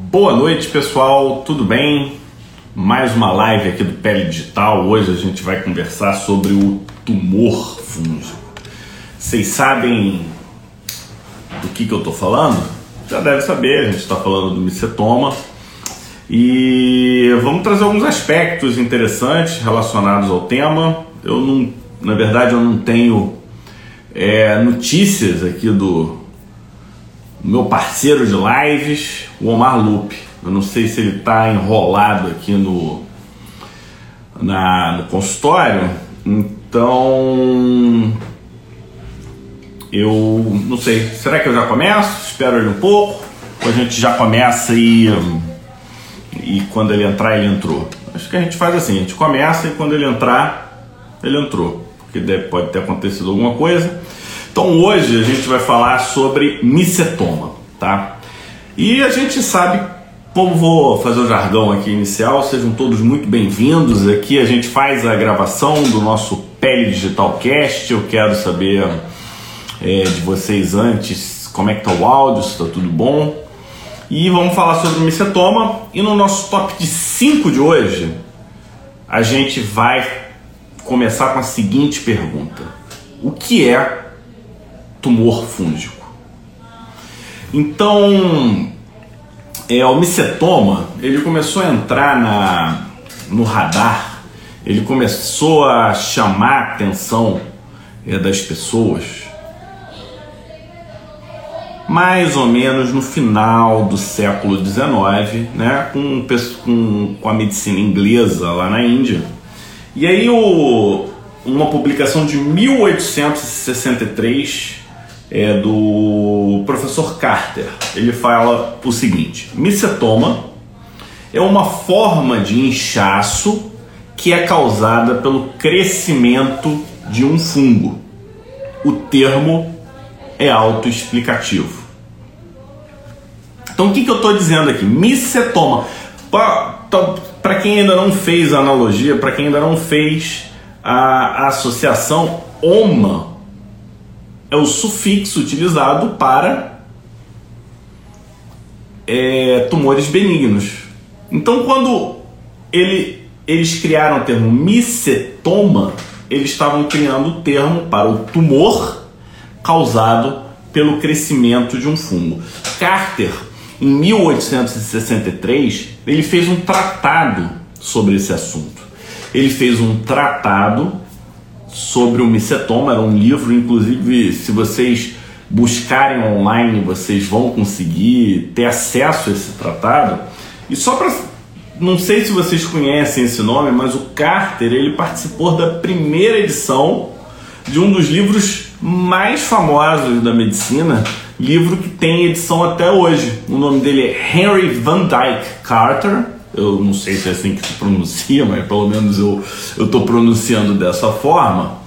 Boa noite, pessoal, tudo bem? Mais uma live aqui do Pele Digital. Hoje a gente vai conversar sobre o tumor fúngico. Vocês sabem do que eu tô falando? Já deve saber, a gente está falando do micetoma. E vamos trazer alguns aspectos interessantes relacionados ao tema. Na verdade, eu não tenho notícias aqui do meu parceiro de lives, o Omar Lupe. Eu não sei se ele está enrolado aqui no consultório, então eu não sei. Será que eu já começo? Espero ele um pouco, ou a gente já começa e quando ele entrar, ele entrou? Acho que a gente faz assim, a gente começa e quando ele entrar, ele entrou, porque pode ter acontecido alguma coisa. Então hoje a gente vai falar sobre micetoma, tá? E a gente sabe, como vou fazer o jargão aqui inicial, sejam todos muito bem-vindos. Aqui a gente faz a gravação do nosso Pele Digital Cast. Eu quero saber de vocês antes como é que tá o áudio, se está tudo bom. E vamos falar sobre o micetoma. E no nosso top de 5 de hoje, a gente vai começar com a seguinte pergunta: o que é tumor fúngico? Então, o micetoma, ele começou a entrar no radar, ele começou a chamar a atenção das pessoas mais ou menos no final do século XIX, né, com a medicina inglesa lá na Índia. E aí uma publicação de 1863 do professor Carter, ele fala o seguinte: micetoma é uma forma de inchaço que é causada pelo crescimento de um fungo. O termo é autoexplicativo. Então o que eu estou dizendo aqui? Micetoma, para quem ainda não fez a analogia, para quem ainda não fez a associação, oma é o sufixo utilizado para tumores benignos. Então, quando eles criaram o termo micetoma, eles estavam criando o termo para o tumor causado pelo crescimento de um fungo. Carter, em 1863, ele fez um tratado sobre esse assunto. Ele fez um tratado sobre o micetoma, era um livro, inclusive, se vocês buscarem online, vocês vão conseguir ter acesso a esse tratado. E só para... não sei se vocês conhecem esse nome, mas o Carter, ele participou da primeira edição de um dos livros mais famosos da medicina, livro que tem edição até hoje. O nome dele é Henry Van Dyke Carter. Eu não sei se é assim que se pronuncia, mas pelo menos eu estou pronunciando dessa forma.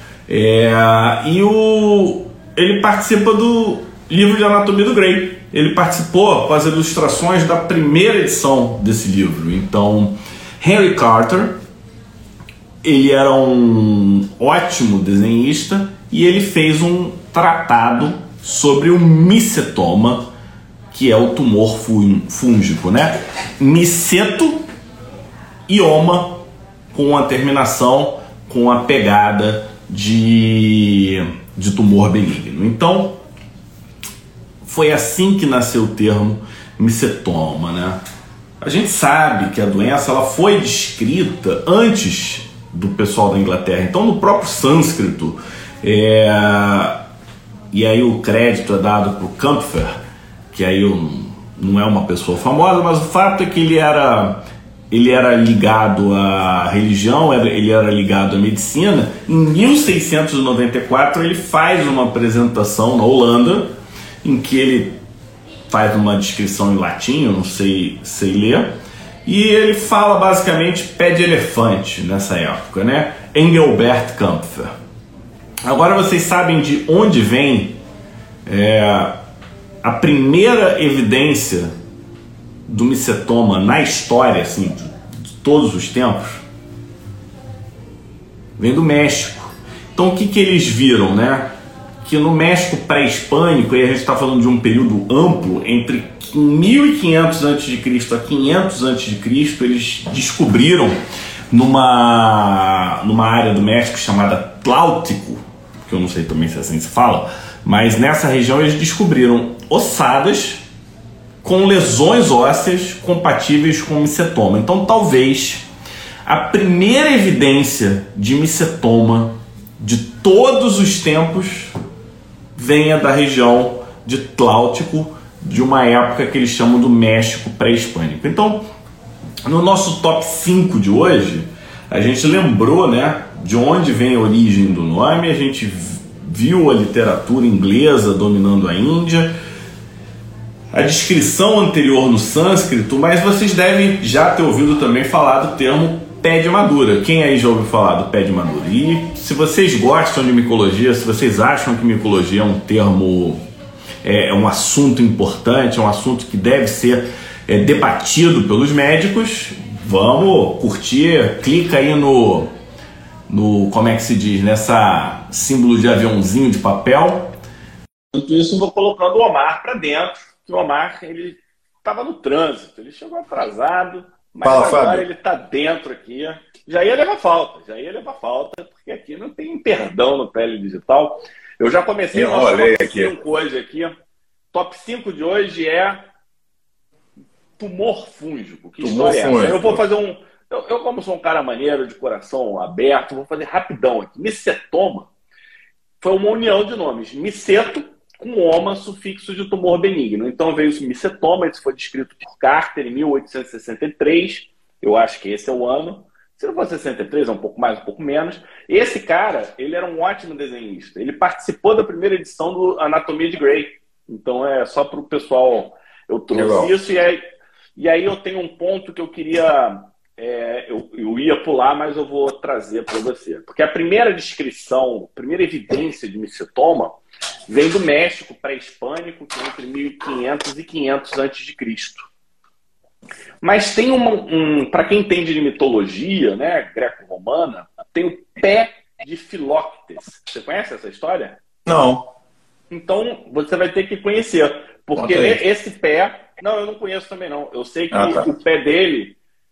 Ele participa do livro de anatomia do Grey. Ele participou com as ilustrações da primeira edição desse livro. Então, Henry Carter, ele era um ótimo desenhista e ele fez um tratado sobre o micetoma, que é o tumor fúngico, né? Miceto e oma, com a terminação, com a pegada de tumor benigno. Então, foi assim que nasceu o termo micetoma, né? A gente sabe que a doença ela foi descrita antes do pessoal da Inglaterra. Então, no próprio sânscrito, e aí o crédito é dado para o Kampfer, que aí não é uma pessoa famosa, mas o fato é que ele era ligado à religião, ele era ligado à medicina. Em 1694 ele faz uma apresentação na Holanda, em que ele faz uma descrição em latim, eu não sei ler, e ele fala basicamente pé de elefante nessa época, né? Engelbert Kampfer. Agora vocês sabem de onde vem a primeira evidência do micetoma na história, assim, de todos os tempos? Vem do México. Então o que eles viram, né? que no México pré-hispânico, e a gente está falando de um período amplo, entre 1500 a.C. a 500 a.C., eles descobriram numa área do México chamada Tláutico, que eu não sei também se assim se fala, mas nessa região eles descobriram ossadas com lesões ósseas compatíveis com micetoma. Então talvez a primeira evidência de micetoma de todos os tempos venha da região de Tláutico, de uma época que eles chamam do México pré-hispânico. Então, no nosso top 5 de hoje, a gente lembrou, né, de onde vem a origem do nome, a gente viu a literatura inglesa dominando a Índia, a descrição anterior no sânscrito, mas vocês devem já ter ouvido também falar do termo pé de madura. Quem aí já ouviu falar do pé de madura? E se vocês gostam de micologia, se vocês acham que micologia é um termo, é um assunto importante, é um assunto que deve ser debatido pelos médicos, vamos curtir, clica aí no como é que se diz, nessa símbolo de aviãozinho de papel. Enquanto isso, eu vou colocando o Omar para dentro, que o Omar, ele estava no trânsito, ele chegou atrasado, mas Fala, agora Fábio. ele está dentro aqui. Já ia levar falta, porque aqui não tem perdão no Pele Digital. Eu já comecei o nosso top 5 hoje aqui. Top 5 de hoje é tumor fúngico. Que Tumor história é essa? fúngico. Eu vou fazer um... Eu, como sou um cara maneiro, de coração aberto, vou fazer rapidão aqui. Micetoma foi uma união de nomes. Miceto com oma, sufixo de tumor benigno. Então veio o micetoma, isso foi descrito por Carter em 1863. Eu acho que esse é o ano. Se não for 63, é um pouco mais, um pouco menos. Esse cara, ele era um ótimo desenhista. Ele participou da primeira edição do Anatomia de Grey. Então é só para o pessoal... Eu trouxe Legal. isso e aí eu tenho um ponto que eu queria... eu ia pular, mas eu vou trazer para você. Porque a primeira descrição, a primeira evidência de micetoma vem do México pré-hispânico, que é entre 1500 e 500 a.C. Mas tem para quem entende de mitologia, né, greco-romana, tem o pé de Filóctetes. Você conhece essa história? Não. Então você vai ter que conhecer. Porque esse pé... Não, eu não conheço também não. Eu sei que o pé dele...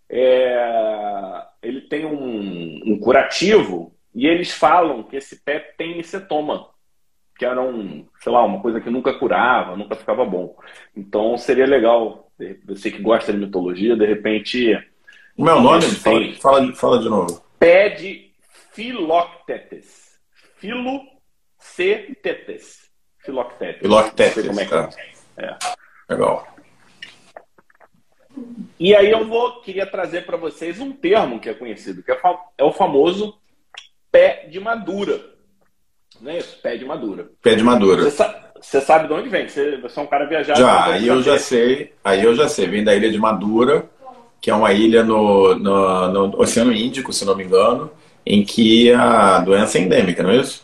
ele tem um curativo e eles falam que esse pé tem micetoma, que era uma coisa que nunca curava, nunca ficava bom. Então seria legal, você que gosta de mitologia, de repente... O meu nome? Fala de novo. Pé de Filoctetes. Filocetetes. Filoctetes. Filoctetes, Como é que tá. Legal. E aí queria trazer para vocês um termo que é conhecido, que é o famoso pé de madura. Não é isso? Pé de madura. Pé de madura. Você sabe de onde vem? Você é um cara viajado. Já, aí eu já sei. Vem da ilha de Madura, que é uma ilha no Oceano Índico, se não me engano, em que a doença é endêmica, não é isso?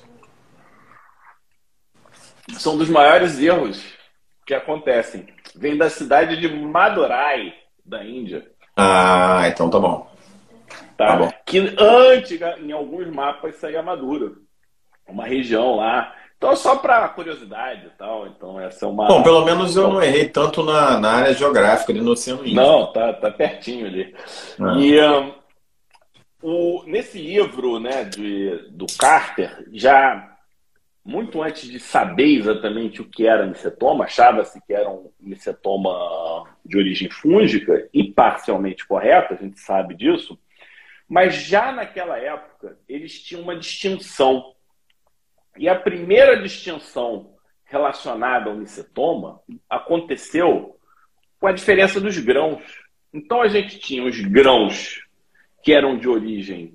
São dos maiores erros que acontecem. Vem da cidade de Madurai, da Índia. Ah, então tá bom. Tá bom. Que em alguns mapas saía Madura. Uma região lá. Então, só para curiosidade e tal. Então, essa é uma... Bom, pelo menos eu não errei tanto na área geográfica ali no Oceano Índico. Não, tá pertinho ali. E nesse livro, né, do Carter, já muito antes de saber exatamente o que era micetoma, achava-se que era um micetoma de origem fúngica e parcialmente correto, a gente sabe disso, mas já naquela época eles tinham uma distinção. E a primeira distinção relacionada ao micetoma aconteceu com a diferença dos grãos. Então a gente tinha os grãos que eram de origem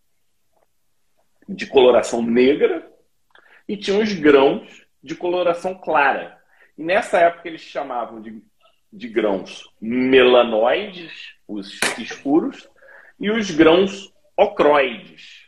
de coloração negra e tinha os grãos de coloração clara. E nessa época eles chamavam de grãos melanoides, os escuros, e os grãos ocroides.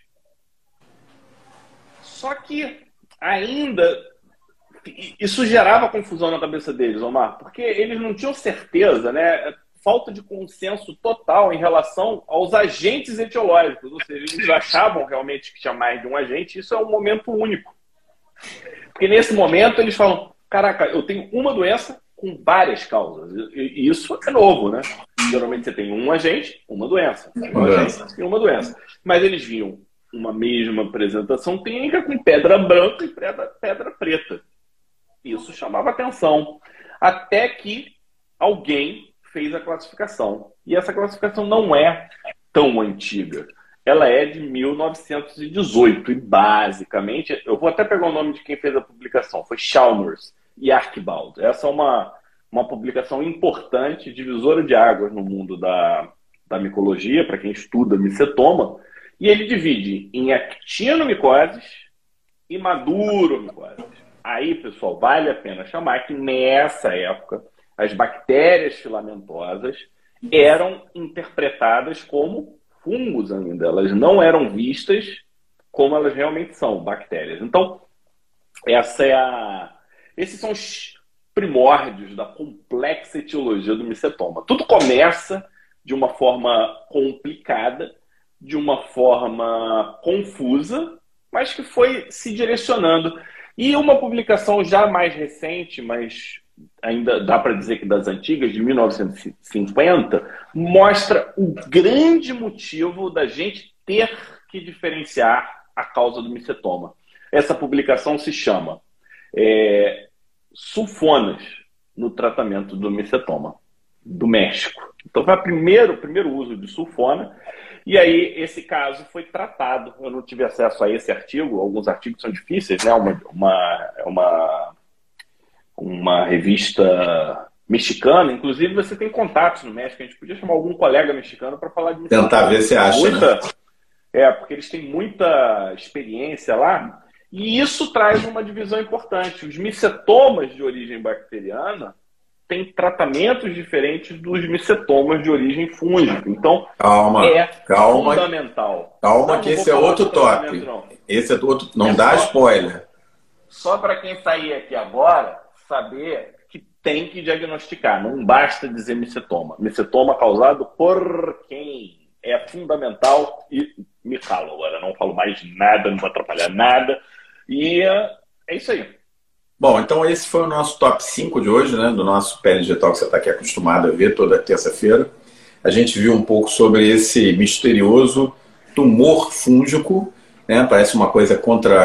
Só que ainda isso gerava confusão na cabeça deles, Omar, porque eles não tinham certeza, né? Falta de consenso total em relação aos agentes etiológicos, ou seja, eles achavam realmente que tinha mais de um agente, isso é um momento único. Porque nesse momento eles falam, caraca, eu tenho uma doença com várias causas. E isso é novo, né? Geralmente você tem um agente, uma doença. Um agente e uma doença. Mas eles viam uma mesma apresentação clínica com pedra branca e pedra preta. Isso chamava atenção. Até que alguém fez a classificação. E essa classificação não é tão antiga. Ela é de 1918 e basicamente, eu vou até pegar o nome de quem fez a publicação, foi Chalmers e Archibald. Essa é uma publicação importante, divisora de águas no mundo da micologia, para quem estuda micetoma, e ele divide em actinomicoses e maduromicoses. Aí, pessoal, vale a pena chamar que nessa época as bactérias filamentosas eram interpretadas como fungos ainda. Elas não eram vistas como elas realmente são, bactérias. Então, esses são os primórdios da complexa etiologia do micetoma. Tudo começa de uma forma complicada, de uma forma confusa, mas que foi se direcionando. E uma publicação já mais recente, mas ainda dá para dizer que das antigas, de 1950, mostra o grande motivo da gente ter que diferenciar a causa do micetoma. Essa publicação se chama Sulfonas no tratamento do micetoma, do México. Então foi o primeiro uso de sulfona. E aí esse caso foi tratado. Eu não tive acesso a esse artigo. Alguns artigos são difíceis, né? Uma revista mexicana. Inclusive você tem contatos no México. A gente podia chamar algum colega mexicano para falar de micetoma. Tentar ver se acha, né? Porque eles têm muita experiência lá. E isso traz uma divisão importante. Os micetomas de origem bacteriana têm tratamentos diferentes dos micetomas de origem fúngica. Então, calma, fundamental. Calma, que esse é outro tópico. Esse é outro. Não dá spoiler. Só para quem sair aqui agora, saber que tem que diagnosticar. Não basta dizer micetoma. Micetoma causado por quem? É fundamental e me calo agora. Não falo mais nada, não vou atrapalhar nada. E é isso aí. Bom, então esse foi o nosso top 5 de hoje, né? Do nosso Pele Digital que você está aqui acostumado a ver toda terça-feira. A gente viu um pouco sobre esse misterioso tumor fúngico, né? Parece uma coisa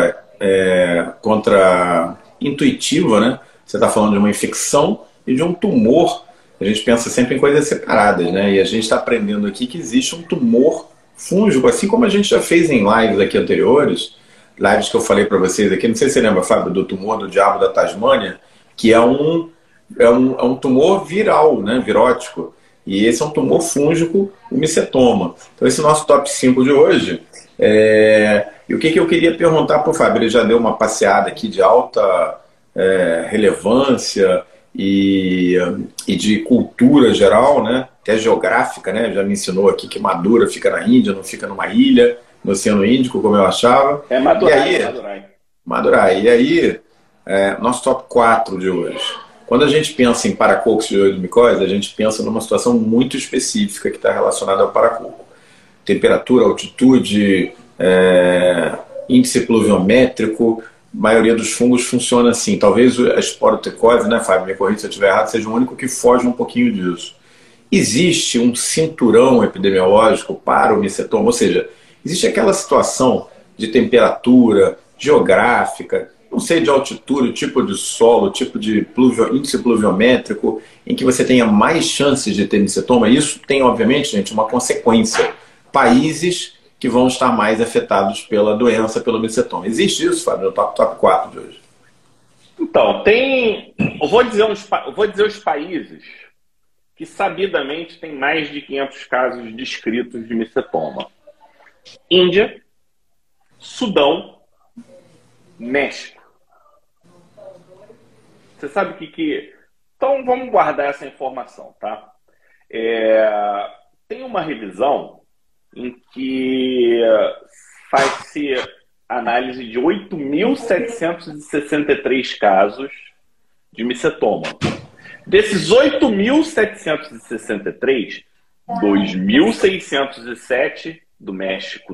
contra-intuitiva, né? Você está falando de uma infecção e de um tumor. A gente pensa sempre em coisas separadas, né? E a gente está aprendendo aqui que existe um tumor fúngico, assim como a gente já fez em lives aqui anteriores, lives que eu falei para vocês aqui, não sei se você lembra, Fábio, do tumor do diabo da Tasmânia, que é um tumor viral, né? Virótico. E esse é um tumor fúngico, o micetoma. Então esse é o nosso top 5 de hoje. E o que eu queria perguntar para o Fábio? Ele já deu uma passeada aqui de alta relevância e de cultura geral, né? Até geográfica, né? Já me ensinou aqui que Madura fica na Índia, não fica numa ilha, no Oceano Índico, como eu achava. Madurai. E aí, nosso top 4 de hoje. Quando a gente pensa em paracoccus de oidomicose, a gente pensa numa situação muito específica que está relacionada ao paracoco. Temperatura, altitude, índice pluviométrico, a maioria dos fungos funciona assim. Talvez a esporotricose, né, Fábio, me corrija se eu estiver errado, seja o único que foge um pouquinho disso. Existe um cinturão epidemiológico para o micetoma, ou seja, existe aquela situação de temperatura geográfica, não sei, de altitude, tipo de solo, tipo de índice pluviométrico, em que você tenha mais chances de ter micetoma. Isso tem, obviamente, gente, uma consequência. Países que vão estar mais afetados pela doença, pelo micetoma. Existe isso, Fábio, no top 4 de hoje? Então, eu vou dizer os países que sabidamente tem mais de 500 casos descritos de micetoma. Índia, Sudão, México. Você sabe o que... Então, vamos guardar essa informação, tá? Tem uma revisão em que faz-se análise de 8.763 casos de micetoma. Desses 8.763, 2.607 do México,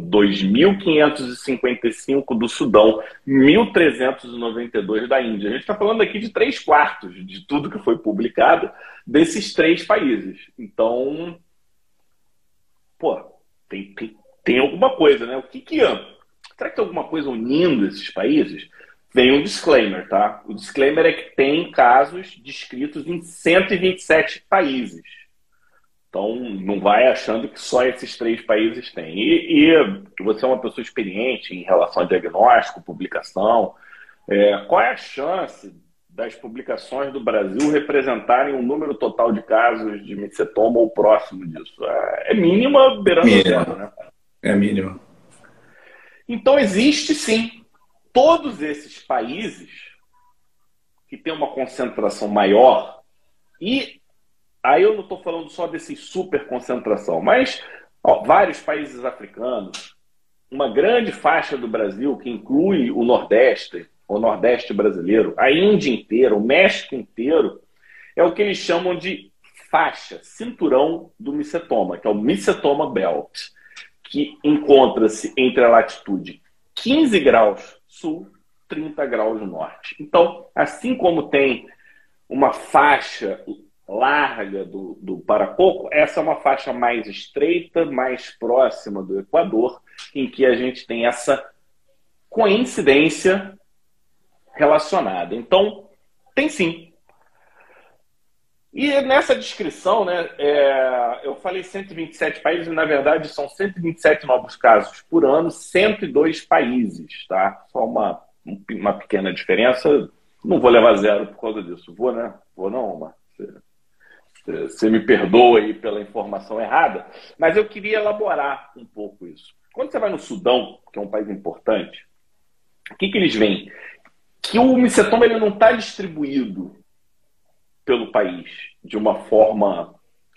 2.555 do Sudão, 1.392 da Índia. A gente está falando aqui de 3/4 de tudo que foi publicado desses 3 países. Então, pô, tem alguma coisa, né? Será que tem alguma coisa unindo esses países? Vem um disclaimer, tá? O disclaimer é que tem casos descritos em 127 países. Então, não vai achando que só esses 3 países têm. E você é uma pessoa experiente em relação a diagnóstico, publicação. Qual é a chance das publicações do Brasil representarem um número total de casos de micetoma ou próximo disso? É mínima, beirando zero, né? É mínima. Então, existe sim. Todos esses países que têm uma concentração maior, e aí eu não estou falando só desse super concentração, mas vários países africanos, uma grande faixa do Brasil, que inclui o Nordeste brasileiro, a Índia inteira, o México inteiro, é o que eles chamam de faixa, cinturão do micetoma, que é o Mycetoma Belt, que encontra-se entre a latitude 15 graus sul, 30 graus norte. Então, assim como tem uma faixa larga do paracoco, essa é uma faixa mais estreita, mais próxima do Equador, em que a gente tem essa coincidência relacionada. Então, tem sim. E nessa descrição, né, eu falei 127 países, na verdade são 127 novos casos por ano, 102 países, tá? Só uma pequena diferença. Não vou levar zero por causa disso. Vou, né? Vou não, Omar. Você me perdoa aí pela informação errada, mas eu queria elaborar um pouco isso. Quando você vai no Sudão, que é um país importante, o que eles veem? Que o micetoma ele não está distribuído pelo país de uma forma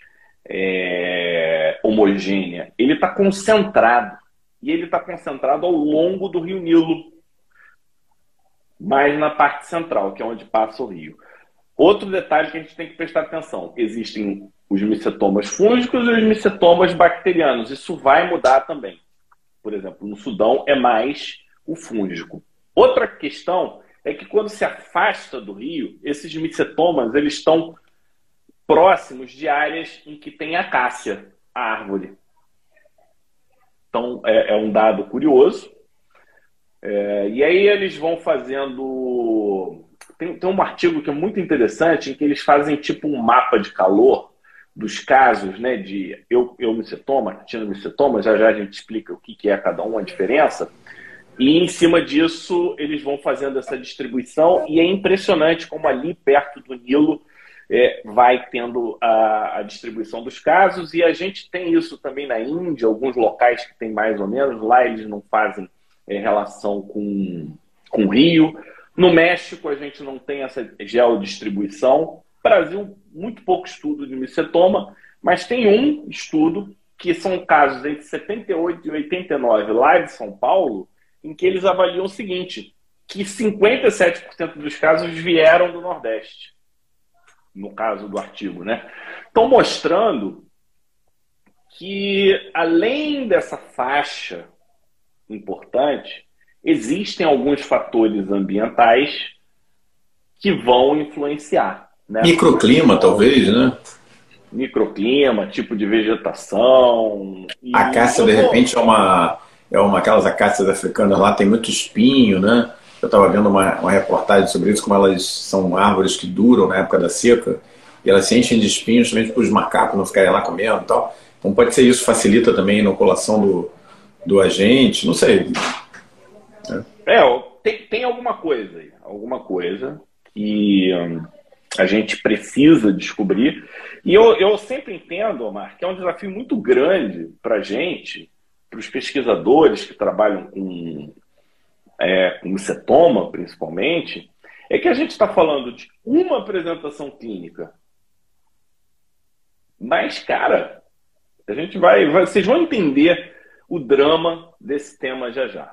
homogênea. Ele está concentrado. E ele está concentrado ao longo do Rio Nilo, mais na parte central, que é onde passa o rio. Outro detalhe que a gente tem que prestar atenção: existem os micetomas fúngicos e os micetomas bacterianos. Isso vai mudar também. Por exemplo, no Sudão é mais o fúngico. Outra questão é que quando se afasta do rio, esses micetomas eles estão próximos de áreas em que tem acácia, a árvore. Então, é um dado curioso. E aí eles vão fazendo... Tem um artigo que é muito interessante, em que eles fazem tipo um mapa de calor dos casos, né, de eumicetoma, actinomicetoma, já a gente explica o que é cada um, a diferença. E em cima disso, eles vão fazendo essa distribuição, e é impressionante como ali perto do Nilo vai tendo a distribuição dos casos, e a gente tem isso também na Índia, alguns locais que tem mais ou menos, lá eles não fazem relação com o Rio. No México a gente não tem essa geodistribuição. Brasil, muito pouco estudo de micetoma, mas tem um estudo que são casos entre 78 e 89 lá de São Paulo, em que eles avaliam o seguinte, que 57% dos casos vieram do Nordeste, no caso do artigo, né? Estão mostrando que, além dessa faixa importante, existem alguns fatores ambientais que vão influenciar, né? Microclima, talvez, né? Microclima, tipo de vegetação. A acácia, de repente, aquelas acácias africanas lá, tem muito espinho, né? Eu estava vendo uma reportagem sobre isso, como elas são árvores que duram na época da seca, e elas se enchem de espinhos justamente para os macacos não ficarem lá comendo e tal. Então pode ser isso, facilita também a inoculação do agente, não sei. Tem alguma coisa aí, alguma coisa que a gente precisa descobrir. E eu sempre entendo, Omar, que é um desafio muito grande para a gente, para os pesquisadores que trabalham com micetoma, principalmente, é que a gente está falando de uma apresentação clínica. Mas, cara, a gente vocês vão entender o drama desse tema já já.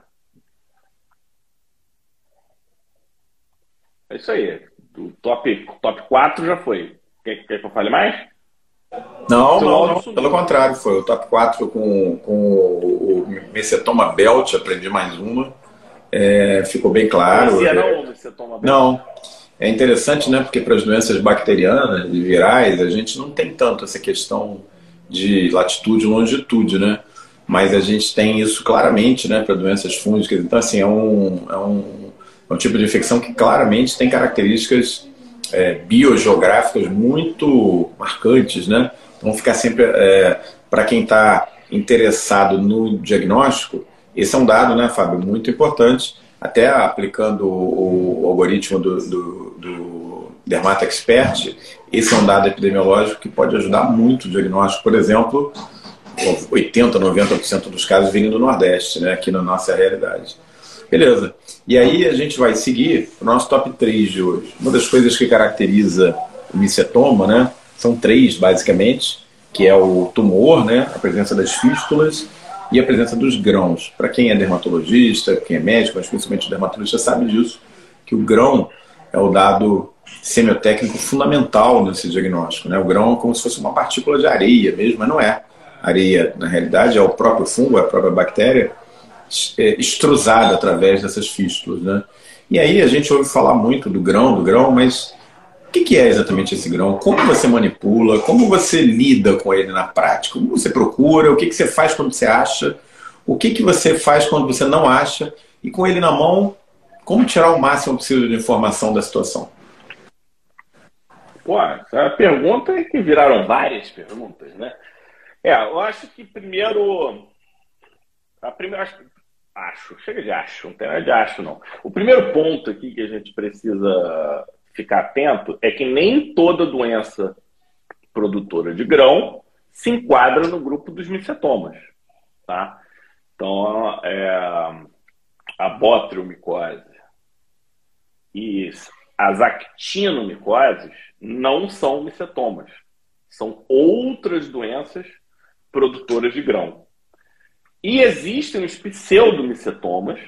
É isso aí. O top 4 já foi. Quer que eu fale mais? Não, Seu não, áudio não. sumiu. Pelo contrário, foi o top 4 com o Mecetoma Belt, aprendi mais uma. Ficou bem claro. Conhecia não, você toma bem? Não. É interessante, né? Porque para as doenças bacterianas e virais, a gente não tem tanto essa questão de latitude e longitude, né? Mas a gente tem isso claramente, né? Para doenças fúngicas. Então, assim, é um tipo de infecção que claramente tem características biogeográficas muito marcantes, né? Então, ficar sempre, para quem está interessado no diagnóstico, esse é um dado, né, Fábio, muito importante, até aplicando o algoritmo do Dermata Expert, esse é um dado epidemiológico que pode ajudar muito o diagnóstico, por exemplo, 80%, 90% dos casos vindo do Nordeste, né, aqui na nossa realidade. Beleza. E aí a gente vai seguir o nosso top 3 de hoje. Uma das coisas que caracteriza o micetoma, né, são 3, basicamente, que é o tumor, né, a presença das fístulas e a presença dos grãos. Para quem é dermatologista, quem é médico, mas principalmente dermatologista, sabe disso, que o grão é o dado semiotécnico fundamental nesse diagnóstico, né? O grão é como se fosse uma partícula de areia mesmo, mas não é. Areia, na realidade, é o próprio fungo, é a própria bactéria, extrusada através dessas fístulas, né? E aí a gente ouve falar muito do grão, mas o que é exatamente esse grão? Como você manipula? Como você lida com ele na prática? Como você procura? O que você faz quando você acha? O que você faz quando você não acha? E com ele na mão, como tirar o máximo possível de informação da situação? Pô, essa pergunta é que viraram várias perguntas, né? Eu acho que primeiro... chega de acho, não tem nada de acho, não. O primeiro ponto aqui que a gente precisa ficar atento é que nem toda doença produtora de grão se enquadra no grupo dos micetomas, tá? Então, a botriomicose e as actinomicoses não são micetomas, são outras doenças produtoras de grão. E existem os pseudomicetomas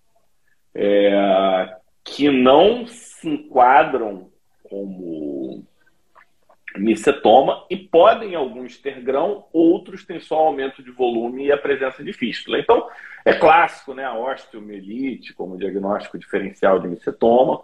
que não se enquadram como micetoma e podem alguns ter grão, outros têm só aumento de volume e a presença de fístula. Então, é clássico, né, a osteomielite como diagnóstico diferencial de micetoma.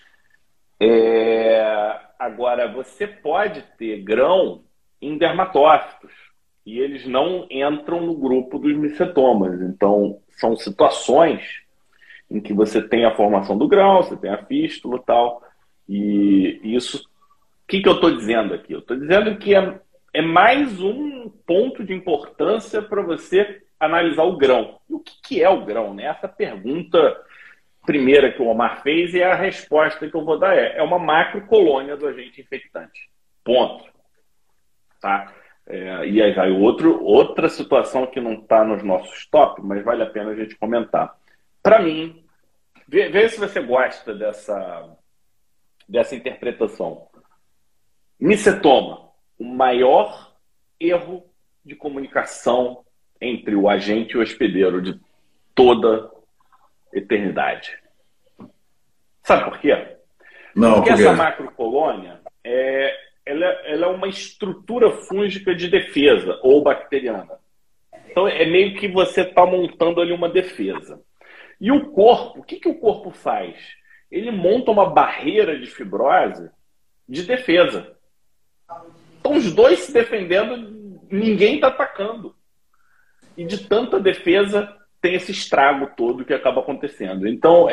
Agora, você pode ter grão em dermatófitos e eles não entram no grupo dos micetomas. Então, são situações em que você tem a formação do grão, você tem a fístula e tal. E isso, o que eu estou dizendo aqui? Eu estou dizendo que é mais um ponto de importância para você analisar o grão. E o que é o grão, né? Essa pergunta primeira que o Omar fez e a resposta que eu vou dar é uma macrocolônia do agente infectante. Ponto. Tá? E aí outra situação que não está nos nossos top, mas vale a pena a gente comentar. Para mim, vê se você gosta dessa interpretação. Micetoma, o maior erro de comunicação entre o agente e o hospedeiro de toda eternidade. Sabe por quê? Não, porque por quê? Essa macrocolônia ela é uma estrutura fúngica de defesa ou bacteriana. Então é meio que você está montando ali uma defesa. E o corpo, o que o corpo faz? Ele monta uma barreira de fibrose de defesa. Então os dois se defendendo, ninguém está atacando. E de tanta defesa tem esse estrago todo que acaba acontecendo. Então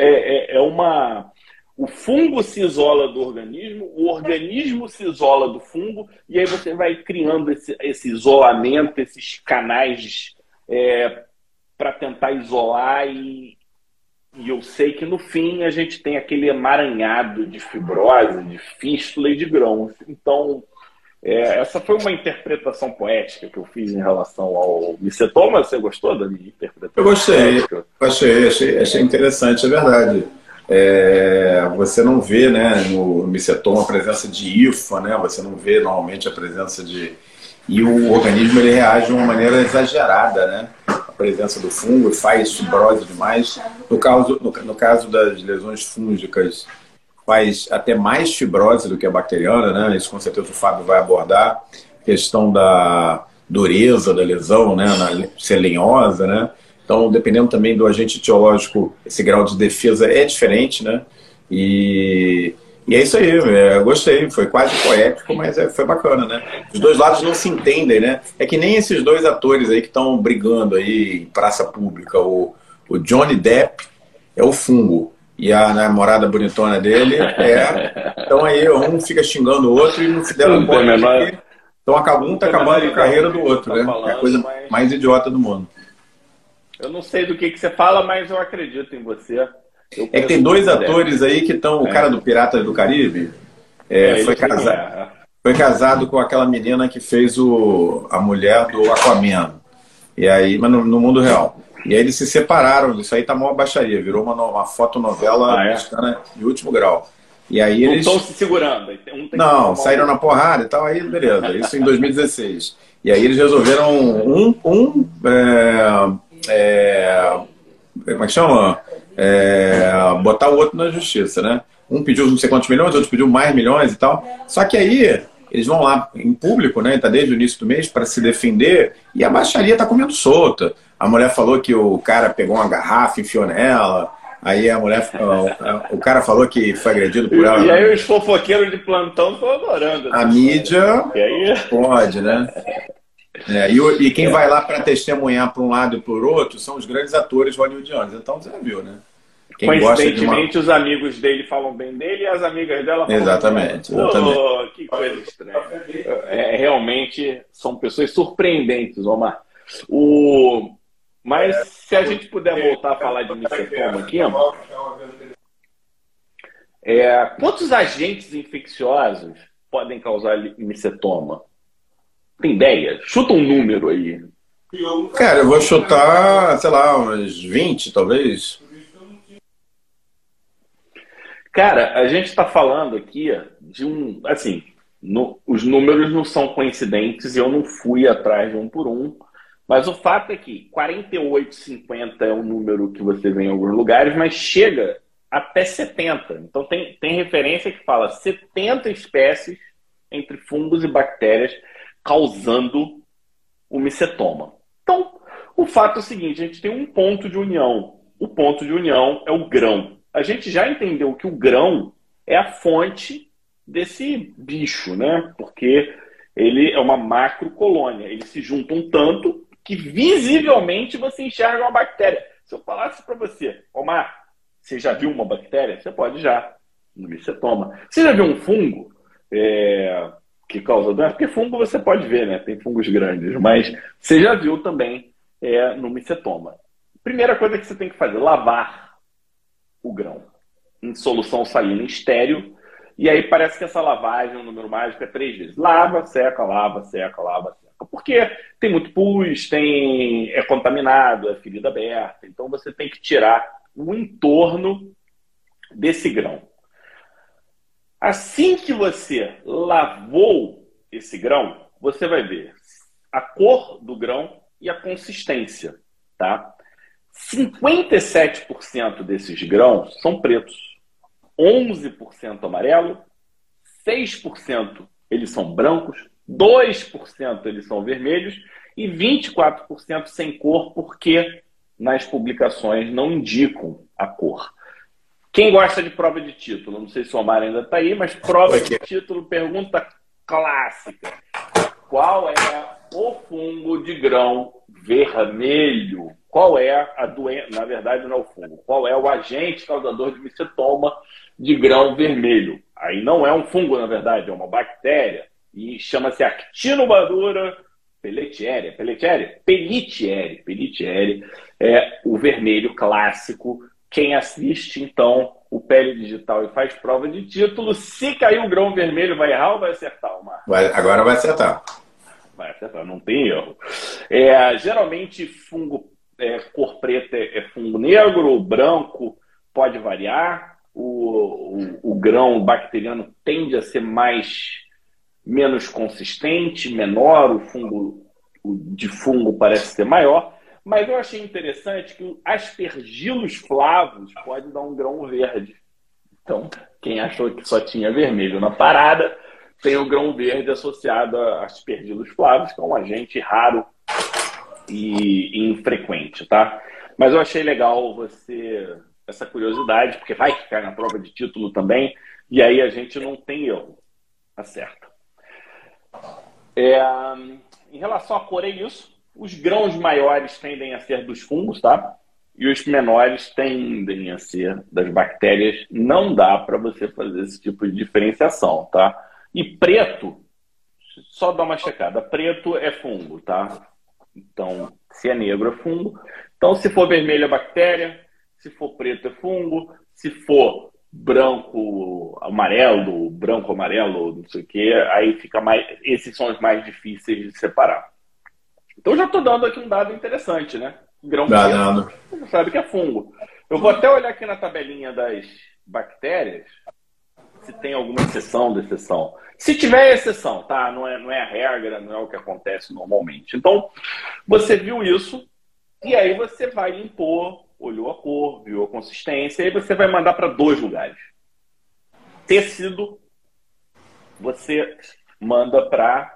o fungo se isola do organismo, o organismo se isola do fungo, e aí você vai criando esse isolamento, esses canais para tentar isolar, e eu sei que no fim a gente tem aquele emaranhado de fibrose, de fístula e de grãos. Então, essa foi uma interpretação poética que eu fiz em relação ao micetoma. Você gostou da minha interpretação? Eu gostei, achei interessante, é verdade. Você não vê, né, no micetoma a presença de hifa, né? Você não vê normalmente a presença de... E o organismo ele reage de uma maneira exagerada, né? A presença do fungo faz fibrose demais. No caso das lesões fúngicas, faz até mais fibrose do que a bacteriana, né? Isso com certeza o Fábio vai abordar. questão da dureza da lesão, né, ser lenhosa, né? Então, dependendo também do agente etiológico, esse grau de defesa é diferente, né? E é isso aí, eu gostei, foi quase poético, mas foi bacana, né? Os dois lados não se entendem, né? É que nem esses dois atores aí que estão brigando aí em praça pública. O Johnny Depp é o fungo e a namorada bonitona dele é... Então aí um fica xingando o outro e não se deram conta. Então um tá acabando com a carreira do outro, né? É a coisa mais idiota do mundo. Eu não sei do que você fala, mas eu acredito em você. É que tem dois atores aí que estão... O cara do Piratas do Caribe foi casado com aquela menina que fez a mulher do Aquaman. E aí, mas no mundo real. E aí eles se separaram. Isso aí tá mó baixaria. Virou uma fotonovela mexicana de último grau. E aí eles... Não estão se segurando. Não, saíram na porrada e tal. Aí, beleza. Isso em 2016. E aí eles resolveram como é que chama? Botar o outro na justiça, né? Um pediu não sei quantos milhões, outro pediu mais milhões e tal. Só que aí eles vão lá em público, né? Tá desde o início do mês para se defender e a baixaria tá comendo solta. A mulher falou que o cara pegou uma garrafa, enfiou nela. Aí a mulher, o cara falou que foi agredido por ela. E aí os fofoqueiros de plantão estão adorando. A mídia pode, né? E quem vai lá para testemunhar para um lado e para o outro são os grandes atores hollywoodianos. Então você já viu, né? Coincidentemente, os amigos dele falam bem dele e as amigas dela falam exatamente. Oh, que coisa estranha. Realmente são pessoas surpreendentes, Omar. Mas se a gente puder voltar a falar de micetoma aqui, quantos agentes infecciosos podem causar micetoma? Tem ideia? Chuta um número aí. Cara, eu vou chutar, sei lá, uns 20, talvez. Cara, a gente está falando aqui de assim, os números não são coincidentes e eu não fui atrás de um por um, mas o fato é que 48,50 é um número que você vê em alguns lugares, mas chega até 70. Então tem referência que fala 70 espécies entre fungos e bactérias causando o micetoma. Então, o fato é o seguinte, a gente tem um ponto de união. O ponto de união é o grão. A gente já entendeu que o grão é a fonte desse bicho, né? Porque ele é uma macrocolônia. Eles se juntam tanto que visivelmente você enxerga uma bactéria. Se eu falasse para você, Omar, você já viu uma bactéria? Você pode já, no micetoma. Você já viu um fungo que causa doença? Porque fungo você pode ver, né? Tem fungos grandes, mas você já viu também no micetoma. Primeira coisa que você tem que fazer, lavar o grão em solução salina estéril. E aí parece que essa lavagem, o número mágico é 3 vezes. Lava, seca, lava, seca, lava, seca. Porque tem muito pus, é contaminado, é ferida aberta. Então você tem que tirar o entorno desse grão. Assim que você lavou esse grão, você vai ver a cor do grão e a consistência, tá? 57% desses grãos são pretos, 11% amarelo, 6% eles são brancos, 2% eles são vermelhos e 24% sem cor, porque nas publicações não indicam a cor. Quem gosta de prova de título? Não sei se o Omar ainda está aí, mas prova de título, pergunta clássica. Qual é o fungo de grão vermelho? Qual é a doença? Na verdade, não é o fungo. Qual é o agente causador de micetoma de grão vermelho? Aí não é um fungo, na verdade, é uma bactéria. E chama-se Actinobacter pelletieri. Pelletieri é o vermelho clássico. Quem assiste, então, o Pele Digital e faz prova de título, se cair o grão vermelho, vai errar ou vai acertar, Omar? Agora vai acertar. Vai acertar, não tem erro. Geralmente, fungo cor preta é fungo negro, ou branco pode variar. O grão bacteriano tende a ser menos consistente, menor, o de fungo parece ser maior. Mas eu achei interessante que o Aspergillus flavus pode dar um grão verde. Então, quem achou que só tinha vermelho na parada, tem o grão verde associado a aspergilos flavos, que é um agente raro e infrequente, tá? Mas eu achei legal essa curiosidade, porque vai que cai na prova de título também, e aí a gente não tem erro. Acerta. Em relação à cor, é isso. Os grãos maiores tendem a ser dos fungos, tá? E os menores tendem a ser das bactérias. Não dá para você fazer esse tipo de diferenciação, tá? E preto, só dá uma checada. Preto é fungo, tá? Então, se é negro é fungo. Então, se for vermelho é bactéria. Se for preto é fungo. Se for branco, amarelo, não sei o que, aí fica mais. Esses são os mais difíceis de separar. Então, já estou dando aqui um dado interessante, né? Grão preto, você sabe que é fungo. Eu vou até olhar aqui na tabelinha das bactérias se tem alguma exceção da exceção. Se tiver exceção, tá? Não é a regra, não é o que acontece normalmente. Então, você viu isso e aí você vai impor, olhou a cor, viu a consistência, e aí você vai mandar para 2 lugares. Tecido, você manda para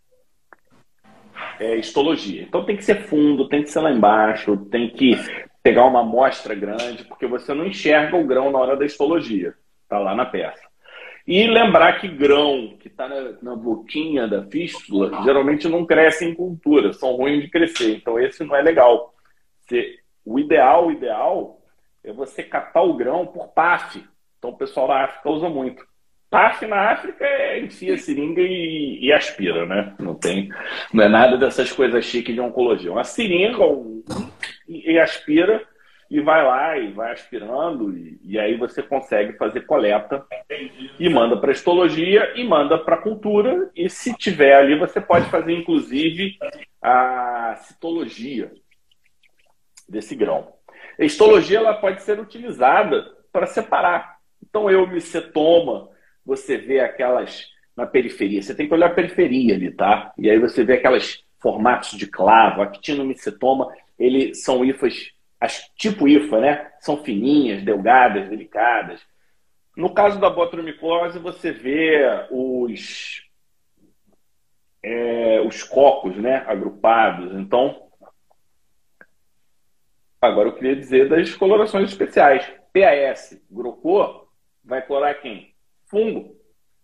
histologia. Então tem que ser fundo, tem que ser lá embaixo, tem que pegar uma amostra grande, porque você não enxerga o grão na hora da histologia. Está lá na peça. E lembrar que grão que está na boquinha da fístula, geralmente não cresce em cultura, são ruins de crescer. Então esse não é legal. O ideal é você catar o grão por PAF. Então o pessoal da África usa muito. PAF na África enfia a seringa e aspira, né? Não é nada dessas coisas chiques de oncologia. Uma seringa e aspira e vai lá e vai aspirando e aí você consegue fazer coleta e manda para histologia e manda para cultura e se tiver ali você pode fazer inclusive a citologia desse grão. A histologia ela pode ser utilizada para separar. Então micetoma, você vê aquelas na periferia. Você tem que olhar a periferia ali, tá? E aí você vê aquelas formatos de clavo, actinomicetoma, eles são hifas, tipo hifa, né? São fininhas, delgadas, delicadas. No caso da botromicose, você vê os cocos, né? Agrupados. Então, agora eu queria dizer das colorações especiais. PAS, Grocô, vai corar quem? Fungo.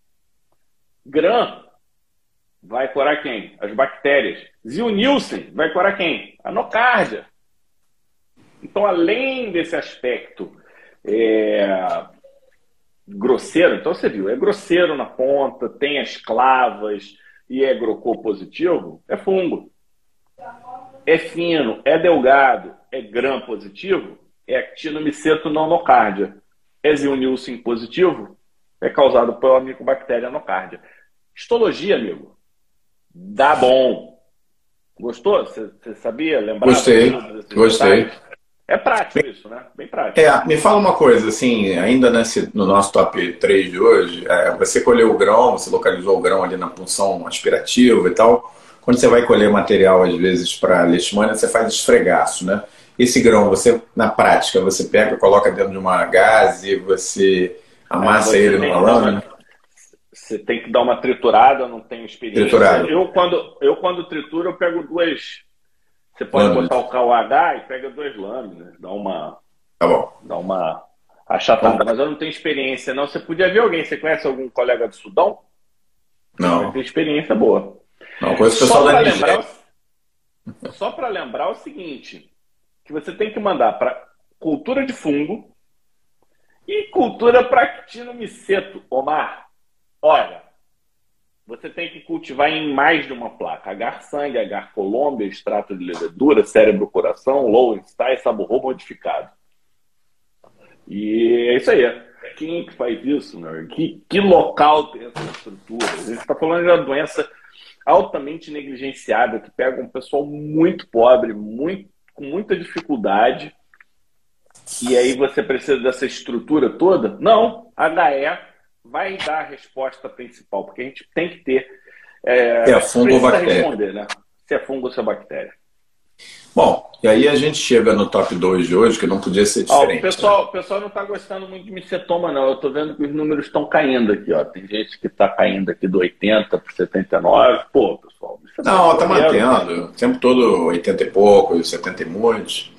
Gram vai corar quem? As bactérias. Zilnilson vai corar quem? A nocardia. Então, além desse aspecto grosseiro, então você viu, é grosseiro na ponta, tem as clavas e é grocô positivo, é fungo. É fino, é delgado, é gram positivo, é actinomiceto não nocardia. É zilnilson positivo, é causado pela micobactéria nocardia. Histologia, amigo, dá bom. Gostou? Você sabia? Lembrava? Gostei. É prático isso, né? Bem prático. Me fala uma coisa, assim, ainda no nosso top 3 de hoje, você colheu o grão, você localizou o grão ali na punção aspirativa e tal. Quando você vai colher material, às vezes, para leishmania, você faz esfregaço, né? Esse grão, você, na prática, você pega, coloca dentro de uma gaze, você amassa ele numa lâmina. Você tem que dar uma triturada, eu não tenho experiência. Triturada. Eu quando trituro, eu pego 2. Você pode botar o KOH e pega 2 lâminas. Dá uma achatada. Mas eu não tenho experiência, não. Você podia ver alguém. Você conhece algum colega do Sudão? Não. Tem experiência boa. Não, conheço o pessoal da Nigéria. Só para lembrar o seguinte, que você tem que mandar para cultura de fungo e cultura para actinomiceto, Omar. Olha, você tem que cultivar em mais de uma placa. Agar-sangue, agar-colômbia, extrato de levedura, cérebro-coração, Lowenstein, saburro modificado. E é isso aí. Quem que faz isso, meu? Que local tem essa estrutura? A gente está falando de uma doença altamente negligenciada, que pega um pessoal muito pobre, com muita dificuldade. E aí você precisa dessa estrutura toda? Não, HE vai dar a resposta principal, porque a gente tem que ter... fungo ou bactéria? Responder, né? Se é fungo ou se é bactéria. Bom, e aí a gente chega no top 2 de hoje, que não podia ser diferente. O pessoal não está gostando muito de micetoma, não. Eu estou vendo que os números estão caindo aqui. Ó. Tem gente que está caindo aqui do 80 para 79. Pô, pessoal. Não, está mantendo. O tempo todo 80 e poucos, 70 e muitos.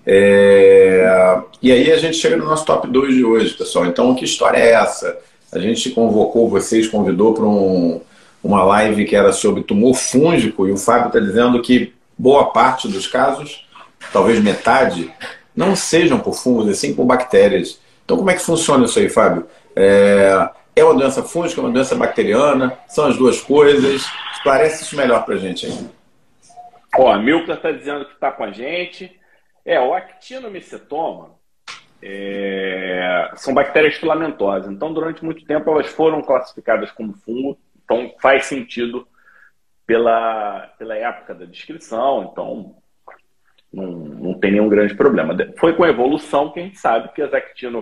E aí a gente chega no nosso top 2 de hoje, pessoal. Então, que história é essa? A gente convocou vocês, convidou para uma live que era sobre tumor fúngico, e o Fábio está dizendo que boa parte dos casos, talvez metade, não sejam por fungos, e sim por bactérias. Então, como é que funciona isso aí, Fábio? É uma doença fúngica, uma doença bacteriana? São as duas coisas? Esclarece isso melhor para a gente aí. Ó, a Milka está dizendo que está com a gente. O actinomicetoma são bactérias filamentosas. Então, durante muito tempo, elas foram classificadas como fungo. Então, faz sentido pela época da descrição. Então, não tem nenhum grande problema. Foi com a evolução que a gente sabe que as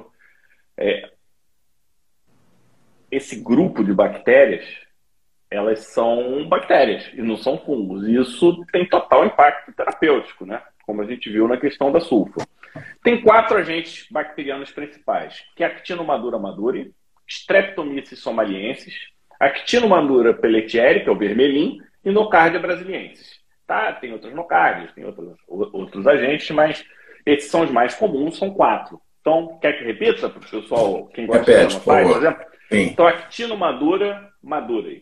esse grupo de bactérias, elas são bactérias e não são fungos. E isso tem total impacto terapêutico, né? Como a gente viu na questão da sulfa. Tem 4 agentes bacterianos principais, que é a Actinomyadura maduri, Streptomyces somaliensis, Actinomyadura pelletieri, que é o vermelhinho, e Nocardia brasiliensis. Tá? Tem outros nocardias, tem outros agentes, mas esses são os mais comuns, são 4. Então, quer que repita para o pessoal, quem gosta de anotar, por exemplo? Sim. Então, Actinomyadura maduri,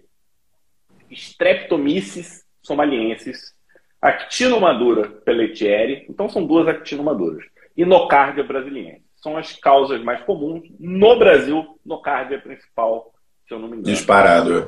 Streptomyces somaliensis, Actinomyadura pelletieri, então são 2 actinomaduras, e Nocardia brasiliensis. São as causas mais comuns. No Brasil, Nocardia é a principal, se eu não me engano. Disparado.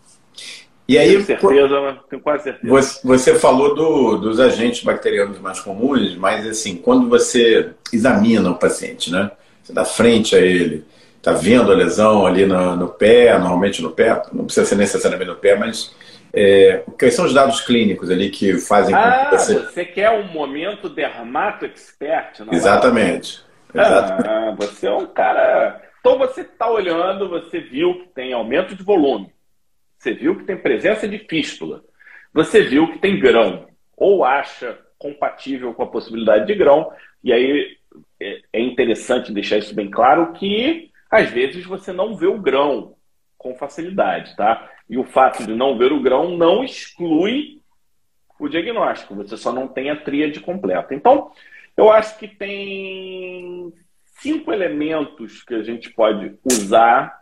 E aí, tenho quase certeza. Você falou dos agentes bacterianos mais comuns, mas assim, quando você examina o paciente, né? Você dá frente a ele, está vendo a lesão ali no pé, normalmente no pé, não precisa ser necessariamente no pé, mas quais são os dados clínicos ali que fazem com que você quer um momento dermato-expert? Exatamente. Você é um cara... Então você está olhando, você viu que tem aumento de volume, você viu que tem presença de fístula, você viu que tem grão, ou acha compatível com a possibilidade de grão, e aí é interessante deixar isso bem claro que às vezes você não vê o grão com facilidade, tá? E o fato de não ver o grão não exclui o diagnóstico, você só não tem a tríade completa. Então, eu acho que tem 5 elementos que a gente pode usar,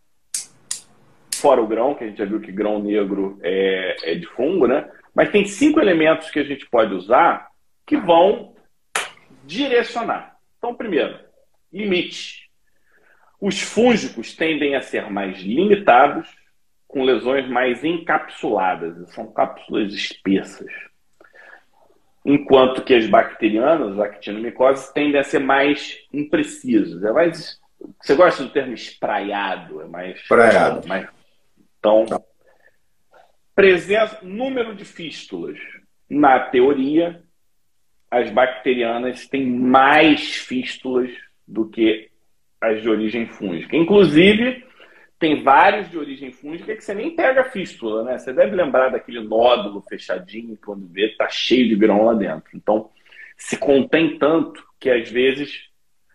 fora o grão, que a gente já viu que grão negro é de fungo, né? Mas tem 5 elementos que a gente pode usar que vão direcionar. Então, primeiro, limite. Os fúngicos tendem a ser mais limitados, com lesões mais encapsuladas, são cápsulas espessas. Enquanto que as bacterianas, as actinomicoses, tendem a ser mais imprecisas. Você gosta do termo espraiado? É mais... Espraiado. Então, número de fístulas. Na teoria, as bacterianas têm mais fístulas do que as de origem fúngica. Inclusive, tem vários de origem fúngica que você nem pega a fístula, né? Você deve lembrar daquele nódulo fechadinho, quando vê, tá cheio de grão lá dentro. Então, se contém tanto que, às vezes,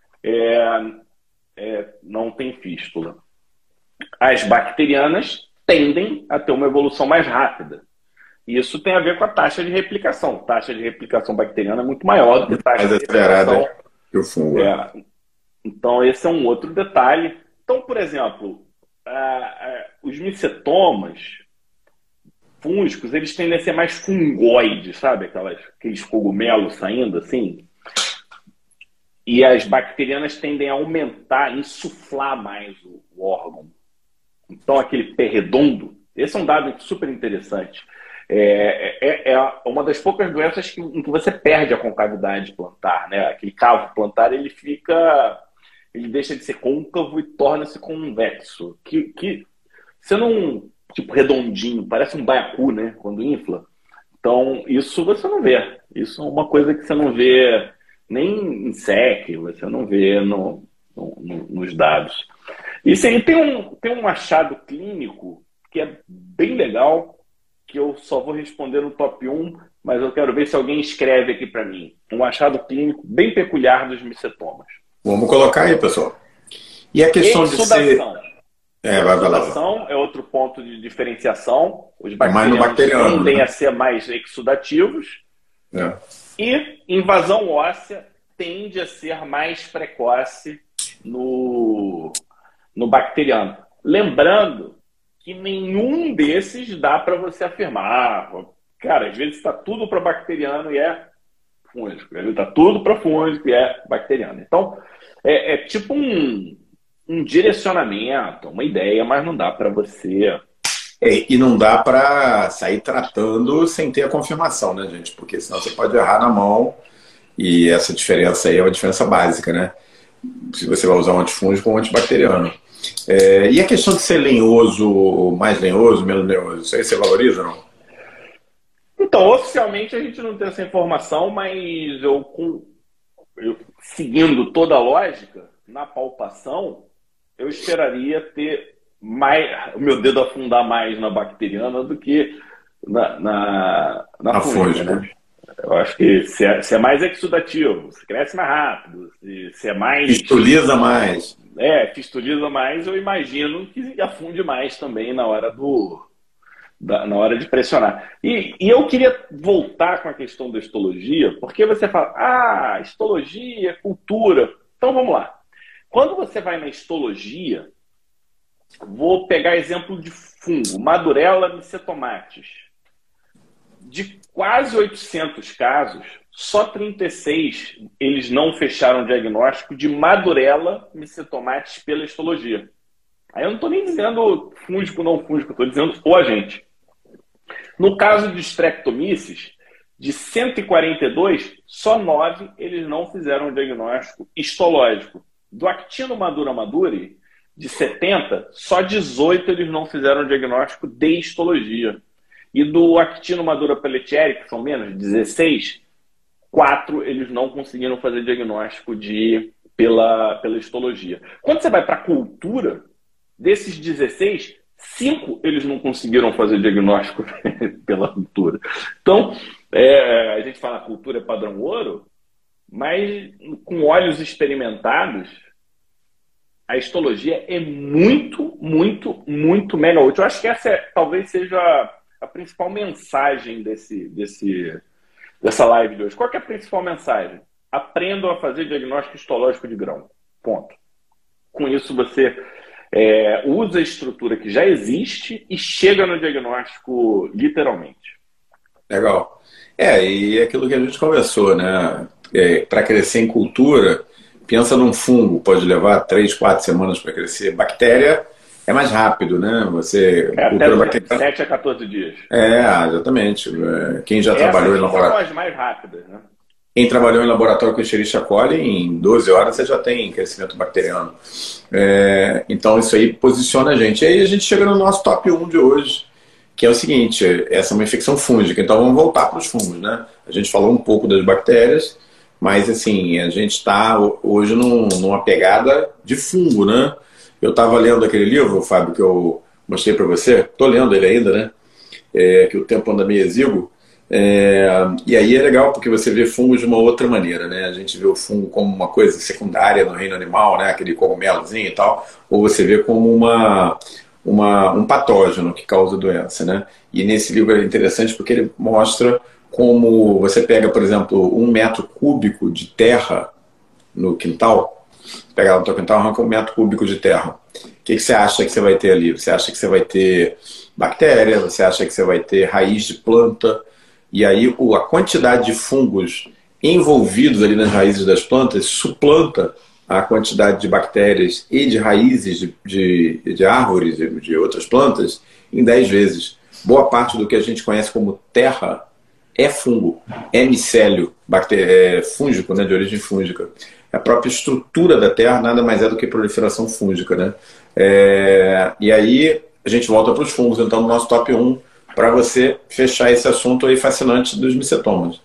não tem fístula. As bacterianas tendem a ter uma evolução mais rápida. Isso tem a ver com a taxa de replicação. A taxa de replicação bacteriana é muito maior do que a taxa de replicação que o fungo. Então, esse é um outro detalhe. Então, por exemplo, os micetomas fúngicos, eles tendem a ser mais fungoides, sabe? Aqueles cogumelos saindo assim. E as bacterianas tendem a aumentar, insuflar mais o órgão. Então, aquele pé redondo, esse é um dado super interessante. É uma das poucas doenças em que você perde a concavidade plantar, né? Aquele cavo plantar, ele deixa de ser côncavo e torna-se convexo. Que você não... Tipo, redondinho, parece um baiacu, né? Quando infla. Então, isso você não vê. Isso é uma coisa que você não vê nem em SEC, você não vê nos dados. E sim, tem um achado clínico que é bem legal, que eu só vou responder no top 1, mas eu quero ver se alguém escreve aqui para mim. Um achado clínico bem peculiar dos micetomas. Vamos colocar aí, pessoal. E a questão de ser... Exsudação é outro ponto de diferenciação. Os bacterianos tendem, né? a ser mais exudativos. E invasão óssea tende a ser mais precoce no bacteriano. Lembrando que nenhum desses dá para você afirmar. Cara, às vezes está tudo para bacteriano e é fúngico. Está tudo para fúngico e é bacteriano. Então, é tipo um direcionamento, uma ideia, mas não dá para você... E não dá para sair tratando sem ter a confirmação, né, gente? Porque senão você pode errar na mão e essa diferença aí é uma diferença básica, né? Se você vai usar um antifúngico ou um antibacteriano. E a questão de ser lenhoso, mais lenhoso, menos lenhoso, isso aí você valoriza ou não? Então, oficialmente a gente não tem essa informação, mas eu seguindo toda a lógica, na palpação, eu esperaria ter o meu dedo afundar mais na bacteriana do que na fúngica, né? Eu acho que se é mais exudativo, se cresce mais rápido, se é mais... Fistuliza mais. Fistuliza mais, eu imagino que afunde mais também na hora de pressionar. E eu queria voltar com a questão da histologia, porque você fala, histologia, cultura. Então vamos lá. Quando você vai na histologia, vou pegar exemplo de fungo, Madurella mycetomatis. De quase 800 casos, só 36 eles não fecharam o diagnóstico de Madurella mycetomatis pela histologia. Aí eu não estou nem dizendo fúngico ou não fúngico, estou dizendo o agente. No caso de Streptomyces, de 142, só 9 eles não fizeram o diagnóstico histológico. Do Actino madura maduri, de 70, só 18 eles não fizeram o diagnóstico de histologia. E do Actino madura pelletieri, que são menos, 16, 4 eles não conseguiram fazer diagnóstico pela histologia. Quando você vai para a cultura, desses 16, 5 eles não conseguiram fazer diagnóstico pela cultura. Então, a gente fala que a cultura é padrão ouro, mas com olhos experimentados, a histologia é muito, muito, muito mega útil. Eu acho que essa talvez seja a principal mensagem dessa live de hoje. Qual que é a principal mensagem? Aprendam a fazer diagnóstico histológico de grão. Ponto. Com isso você usa a estrutura que já existe e chega no diagnóstico literalmente. Legal. E aquilo que a gente conversou, né? Para crescer em cultura, pensa num fungo, pode levar 3, 4 semanas para crescer. Bactéria é mais rápido, né? Você até 7 a 14 dias. Exatamente. Quem já trabalhou em laboratório... são as mais rápidas, né? Quem trabalhou em laboratório com Escherichia coli, em 12 horas você já tem crescimento bacteriano. Então isso aí posiciona a gente. E aí a gente chega no nosso top 1 de hoje, que é o seguinte, essa é uma infecção fúngica. Então vamos voltar para os fungos, né? A gente falou um pouco das bactérias, mas assim, a gente está hoje numa pegada de fungo, né? Eu estava lendo aquele livro, Fábio, que eu mostrei para você. Estou lendo ele ainda, né? Que o tempo anda meio exíguo. E aí é legal porque você vê fungos de uma outra maneira, né? A gente vê o fungo como uma coisa secundária no reino animal, né? Aquele cogumelozinho e tal, ou você vê como um patógeno que causa doença, né? E nesse livro é interessante porque ele mostra como você pega, por exemplo, 1 metro cúbico de terra no quintal, pega lá no teu quintal, arranca 1 metro cúbico de terra. O que você acha que você vai ter ali? Você acha que você vai ter bactéria, você acha que você vai ter raiz de planta, e aí a quantidade de fungos envolvidos ali nas raízes das plantas suplanta a quantidade de bactérias e de raízes de árvores, de outras plantas, em 10 vezes. Boa parte do que a gente conhece como terra é fungo, é micélio, fúngico, né, de origem fúngica. A própria estrutura da terra nada mais é do que proliferação fúngica, né? E aí a gente volta para os fungos, então, no nosso top 1, para você fechar esse assunto aí fascinante dos micetomas.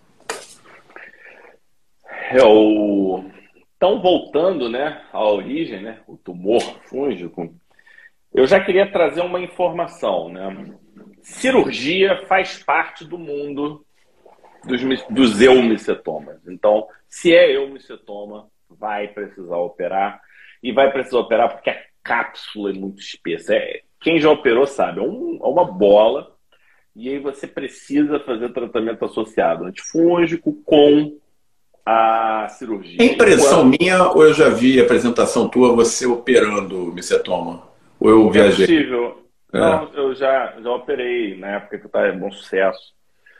Então, voltando, né, à origem, né, o tumor fúngico, eu já queria trazer uma informação, né? cirurgia faz parte do mundo dos eumicetomas. Então, se é eumicetoma, vai precisar operar. E vai precisar operar porque a cápsula é muito espessa. Quem já operou sabe, é uma bola. E aí você precisa fazer tratamento associado antifúngico com a cirurgia. Impressão minha, ou eu já vi a apresentação tua, você operando o micetoma? Ou eu viajei? É possível. Não, eu já operei na época que eu estava em Bom Sucesso.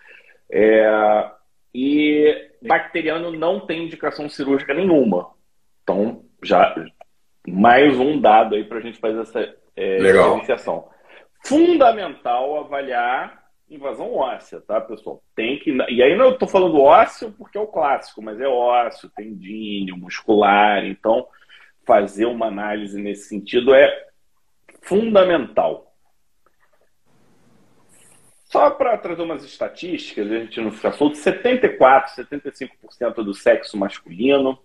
E bacteriano não tem indicação cirúrgica nenhuma. Então, já mais um dado aí para a gente fazer essa diferenciação. Fundamental avaliar invasão óssea, tá, pessoal? Tem que... E aí não eu estou falando ósseo porque é o clássico, mas é ósseo, tendíneo, muscular. Então, fazer uma análise nesse sentido é fundamental. Só para trazer umas estatísticas, a gente não fica solto, 75% do sexo masculino,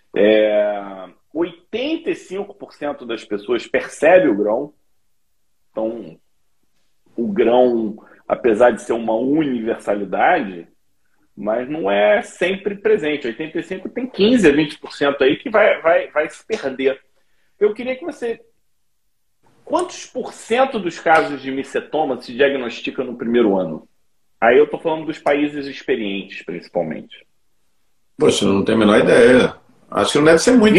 85% das pessoas percebe o grão. Então, o grão, apesar de ser uma universalidade, mas não é sempre presente. 85% tem 15% a 20% aí que vai se perder. Eu queria que você... Quantos por cento dos casos de micetoma se diagnostica no primeiro ano? Aí eu estou falando dos países experientes, principalmente. Poxa, não tenho a menor ideia. Acho que não deve ser muito,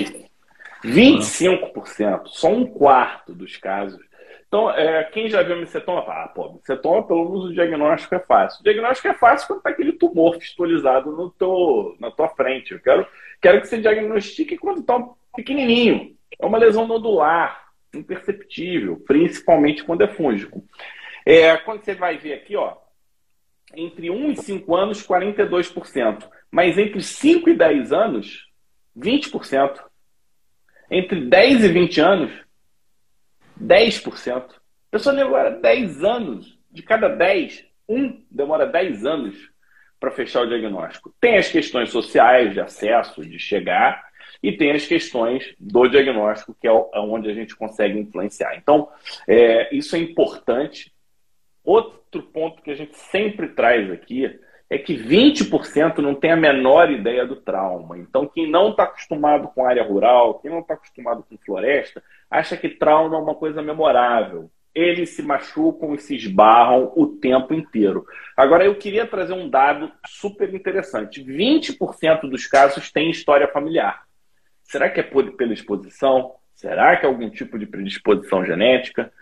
25%. Só um quarto dos casos. Então, quem já viu micetoma, fala, micetoma, pelo menos o diagnóstico é fácil. O diagnóstico é fácil quando está aquele tumor fistulizado na tua frente. Eu quero que você diagnostique quando está pequenininho. É uma lesão nodular, imperceptível, principalmente quando é fúngico. Quando você vai ver aqui, entre 1 e 5 anos, 42%. Mas entre 5 e 10 anos, 20%. Entre 10 e 20 anos, 10%. A pessoa demora 10 anos. De cada 10, demora 10 anos para fechar o diagnóstico. Tem as questões sociais de acesso, de chegar, e tem as questões do diagnóstico, que é onde a gente consegue influenciar. Então, isso é importante. Outro ponto que a gente sempre traz aqui é que 20% não tem a menor ideia do trauma. Então, quem não está acostumado com área rural, quem não está acostumado com floresta, acha que trauma é uma coisa memorável. Eles se machucam e se esbarram o tempo inteiro. Agora, eu queria trazer um dado super interessante. 20% dos casos têm história familiar. Será que é pela exposição? Será que é algum tipo de predisposição genética?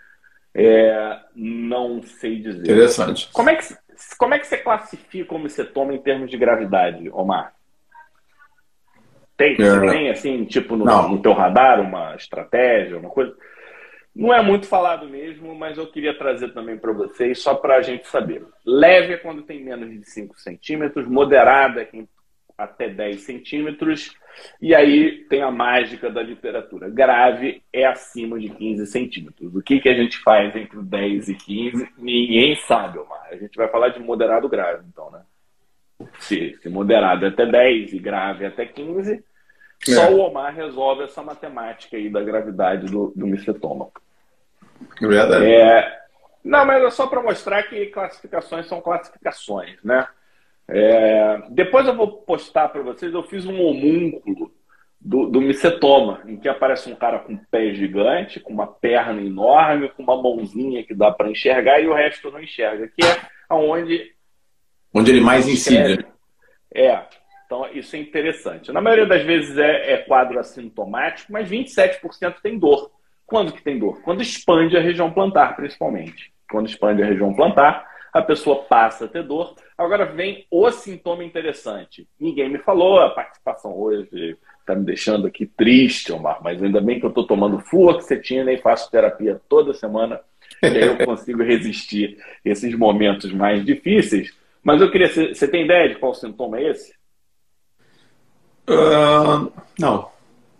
Não sei dizer. Interessante. Como é que você classifica o micetoma em termos de gravidade, Omar? Tem assim, tipo, no teu radar, uma estratégia, uma coisa? Não é muito falado mesmo, mas eu queria trazer também para vocês, só para a gente saber. Leve é quando tem menos de 5 centímetros, moderada é até 10 centímetros, e aí tem a mágica da literatura. Grave é acima de 15 centímetros. O que a gente faz entre 10 e 15? Ninguém sabe, Omar. A gente vai falar de moderado grave, então, né? Se moderado é até 10 e grave é até 15, só o Omar resolve essa matemática aí da gravidade do micetoma. Verdade. Não, mas é só para mostrar que classificações são classificações, né? Depois eu vou postar para vocês, eu fiz um homúnculo do micetoma, em que aparece um cara com um pé gigante, com uma perna enorme, com uma mãozinha que dá para enxergar e o resto não enxerga, que é onde ele mais incide. Então isso é interessante. Na maioria das vezes é quadro assintomático, mas 27% tem dor. Quando que tem dor? Quando expande a região plantar, principalmente. Quando expande a região plantar, a pessoa passa a ter dor. Agora vem o sintoma interessante. Ninguém me falou, a participação hoje está me deixando aqui triste, Omar, mas ainda bem que eu estou tomando fluoxetina e faço terapia toda semana, e aí eu consigo resistir esses momentos mais difíceis. Mas eu queria... Você tem ideia de qual sintoma é esse? Não.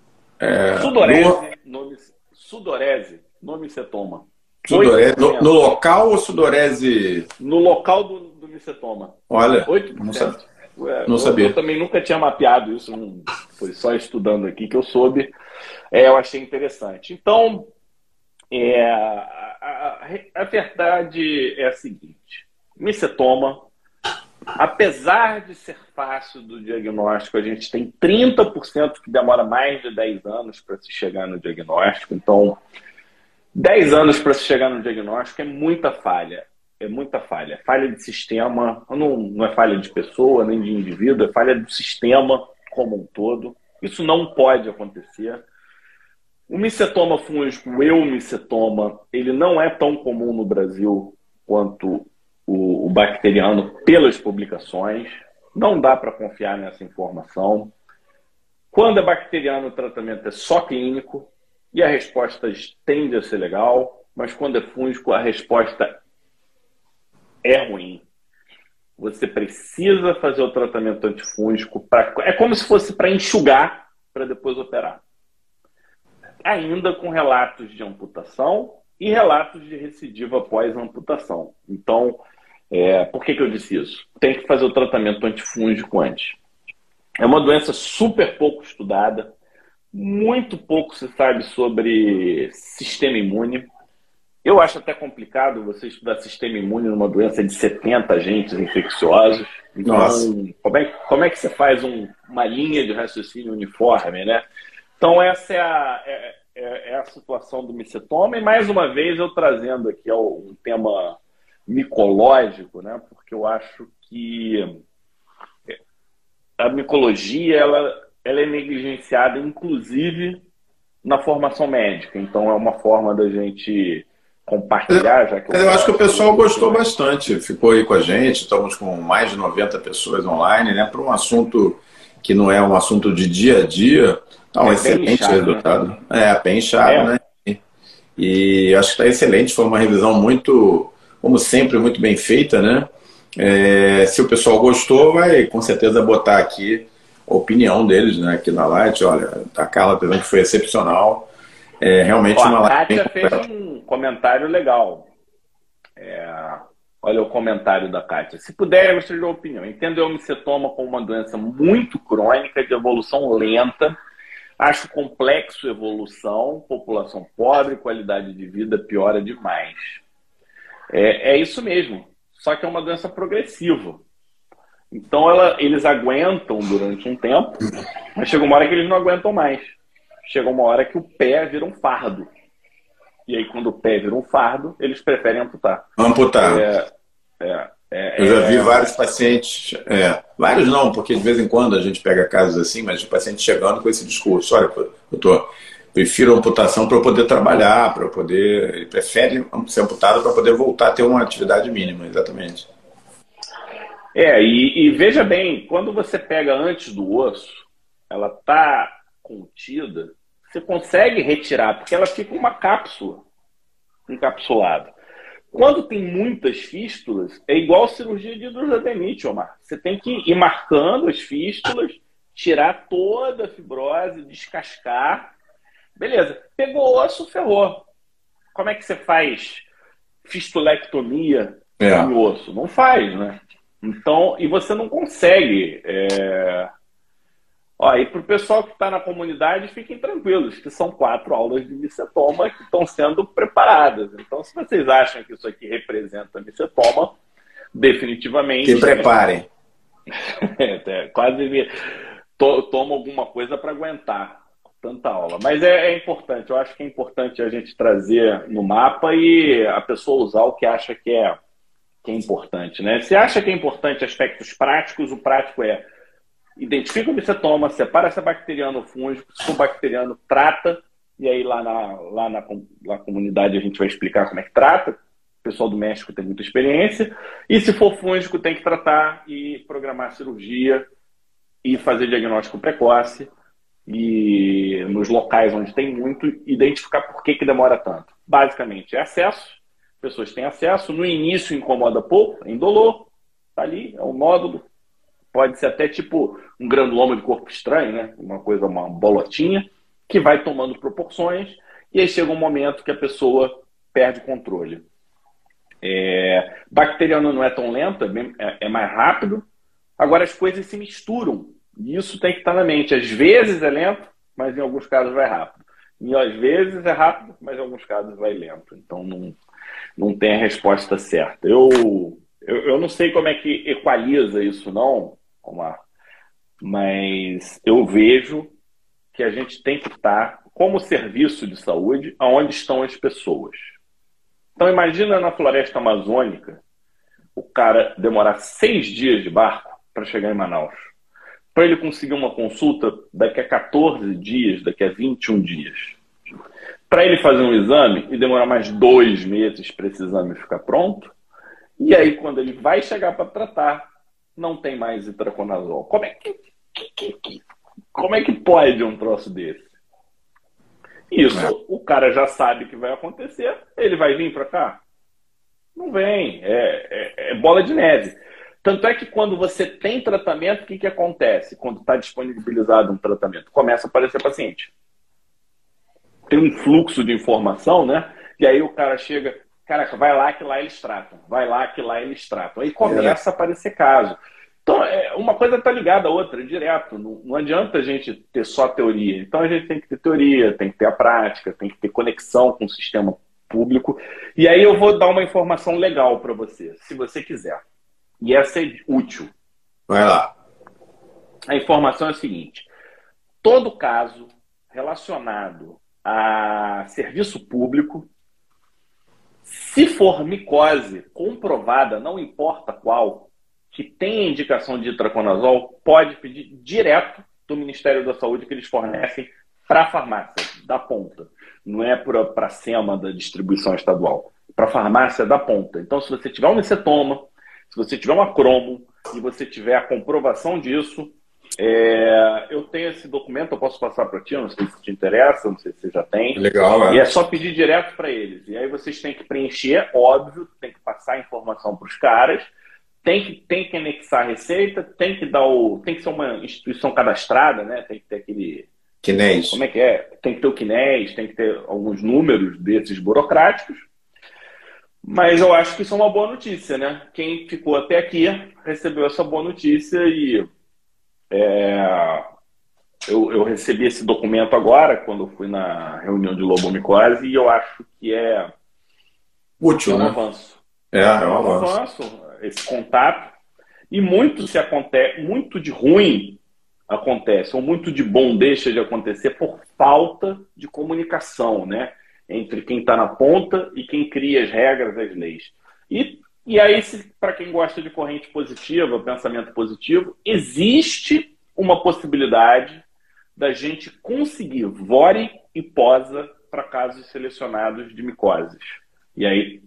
Sudorese, nome micetoma. Sudorese, no local ou sudorese? No local do micetoma. Olha, 8%. Não sabia. Eu também nunca tinha mapeado isso, foi só estudando aqui que eu soube. Eu achei interessante. Então, A verdade é a seguinte: micetoma, apesar de ser fácil do diagnóstico, a gente tem 30% que demora mais de 10 anos para se chegar no diagnóstico. Então, 10 anos para se chegar no diagnóstico é muita falha. É muita falha. Falha de sistema, não é falha de pessoa, nem de indivíduo, é falha do sistema como um todo. Isso não pode acontecer. O micetoma fúngico, o eumicetoma, ele não é tão comum no Brasil quanto o bacteriano pelas publicações. Não dá para confiar nessa informação. Quando é bacteriano, o tratamento é só clínico e a resposta tende a ser legal, mas quando é fúngico, a resposta é ruim. Você precisa fazer o tratamento antifúngico. É como se fosse para enxugar, para depois operar. Ainda com relatos de amputação e relatos de recidiva após amputação. Então, por que eu disse isso? Tem que fazer o tratamento antifúngico antes. É uma doença super pouco estudada, muito pouco se sabe sobre sistema imune. Eu acho até complicado você estudar sistema imune numa doença de 70 agentes infecciosos. Então, como é que você faz uma linha de raciocínio uniforme, né? Então, essa é a situação do micetoma. E, mais uma vez, eu trazendo aqui um tema micológico, né? Porque eu acho que a micologia ela é negligenciada, inclusive, na formação médica. Então, é uma forma da gente compartilhar. Já que eu acho que o pessoal gostou bastante. Ficou aí com a gente. Estamos com mais de 90 pessoas online, né? Para um assunto que não é um assunto de dia a dia. Tá um excelente inchado, resultado. Né? Bem inchado, né? E acho que está excelente. Foi uma revisão muito, como sempre, muito bem feita, né? Se o pessoal gostou, vai com certeza botar aqui a opinião deles, né? Aqui na live. Olha, a Carla também que foi excepcional. Realmente uma live. A Kátia fez um comentário legal. Olha o comentário da Kátia. Se puder, eu gostaria de uma opinião. Entendo o eumicetoma como uma doença muito crônica, de evolução lenta. Acho complexo a evolução, população pobre, qualidade de vida piora demais. É isso mesmo, só que é uma doença progressiva. Então eles aguentam durante um tempo, mas chega uma hora que eles não aguentam mais. Chega uma hora que o pé vira um fardo. E aí quando o pé vira um fardo, eles preferem amputar. Eu já vi vários pacientes, vários não, porque de vez em quando a gente pega casos assim, mas de pacientes chegando com esse discurso: olha, prefiro amputação para eu poder trabalhar, ele prefere ser amputado para poder voltar a ter uma atividade mínima, exatamente. E veja bem, quando você pega antes do osso, ela está contida, você consegue retirar, porque ela fica uma cápsula, encapsulada. Quando tem muitas fístulas, é igual cirurgia de hidrosadenite, Omar. Você tem que ir marcando as fístulas, tirar toda a fibrose, descascar. Beleza. Pegou osso, ferrou. Como é que você faz fistulectomia no osso? Não faz, né? Então, e você não consegue. E para o pessoal que está na comunidade, fiquem tranquilos, que são 4 aulas de micetoma que estão sendo preparadas. Então, se vocês acham que isso aqui representa micetoma, definitivamente... Se preparem. Quase toma alguma coisa para aguentar tanta aula. Mas é importante, eu acho que é importante a gente trazer no mapa e a pessoa usar o que acha que é importante, né? Se acha que é importante aspectos práticos, o prático é: identifica o micetoma, separa se é bacteriano ou fúngico. Se for bacteriano, trata. E aí lá na comunidade a gente vai explicar como é que trata. O pessoal do México tem muita experiência. E se for fúngico, tem que tratar e programar cirurgia e fazer diagnóstico precoce. E nos locais onde tem muito, identificar por que demora tanto. Basicamente, é acesso. Pessoas têm acesso. No início incomoda pouco, é indolor. Tá ali, é um nódulo. Pode ser até tipo um granuloma de corpo estranho, né? Uma bolotinha, que vai tomando proporções, e aí chega um momento que a pessoa perde o controle. Bacteriano não é tão lento, é mais rápido. Agora as coisas se misturam, e isso tem que estar na mente. Às vezes é lento, mas em alguns casos vai rápido. E às vezes é rápido, mas em alguns casos vai lento. Então não tem a resposta certa. Eu não sei como é que equaliza isso não, Omar, mas eu vejo que a gente tem que estar como serviço de saúde aonde estão as pessoas. Então imagina na floresta amazônica o cara demorar 6 dias de barco para chegar em Manaus. Para ele conseguir uma consulta daqui a 14 dias, daqui a 21 dias. Para ele fazer um exame e demorar mais 2 meses para esse exame ficar pronto. E aí, quando ele vai chegar para tratar, não tem mais itraconazol. Como é que pode um troço desse? Isso, o cara já sabe que vai acontecer. Ele vai vir para cá? Não vem. É bola de neve. Tanto é que quando você tem tratamento, o que acontece? Quando está disponibilizado um tratamento, começa a aparecer paciente. Tem um fluxo de informação, né? E aí o cara chega, caraca, vai lá que lá eles tratam. Vai lá que lá eles tratam. Aí começa a aparecer caso. Então, uma coisa está ligada à outra, direto. Não adianta a gente ter só teoria. Então a gente tem que ter teoria, tem que ter a prática, tem que ter conexão com o sistema público. E aí eu vou dar uma informação legal para você, se você quiser. E essa é útil. Vai lá. A informação é a seguinte. Todo caso relacionado a serviço público, se for micose comprovada, não importa qual, que tem indicação de itraconazol, pode pedir direto do Ministério da Saúde que eles fornecem para a farmácia, da ponta. Não é para a SEMA da distribuição estadual. Para a farmácia da ponta. Então, se você tiver um micetoma, se você tiver uma cromo e você tiver a comprovação disso, eu tenho esse documento, eu posso passar para ti, não sei se te interessa, não sei se você já tem. Legal, E é só pedir direto para eles. E aí vocês têm que preencher, óbvio, tem que passar a informação para os caras, tem que anexar a receita, tem que ser uma instituição cadastrada, né? Tem que ter aquele... CNES. Como é que é? Tem que ter o CNES, tem que ter alguns números desses burocráticos. Mas eu acho que isso é uma boa notícia, né? Quem ficou até aqui recebeu essa boa notícia e eu recebi esse documento agora, quando eu fui na reunião de lobomicose, e eu acho que é útil, um avanço. É um avanço. Esse contato. E muito de ruim acontece, ou muito de bom deixa de acontecer por falta de comunicação, né? Entre quem está na ponta e quem cria as regras, as leis. E aí, para quem gosta de corrente positiva, pensamento positivo, existe uma possibilidade da gente conseguir VORI e POSA para casos selecionados de micoses. E aí,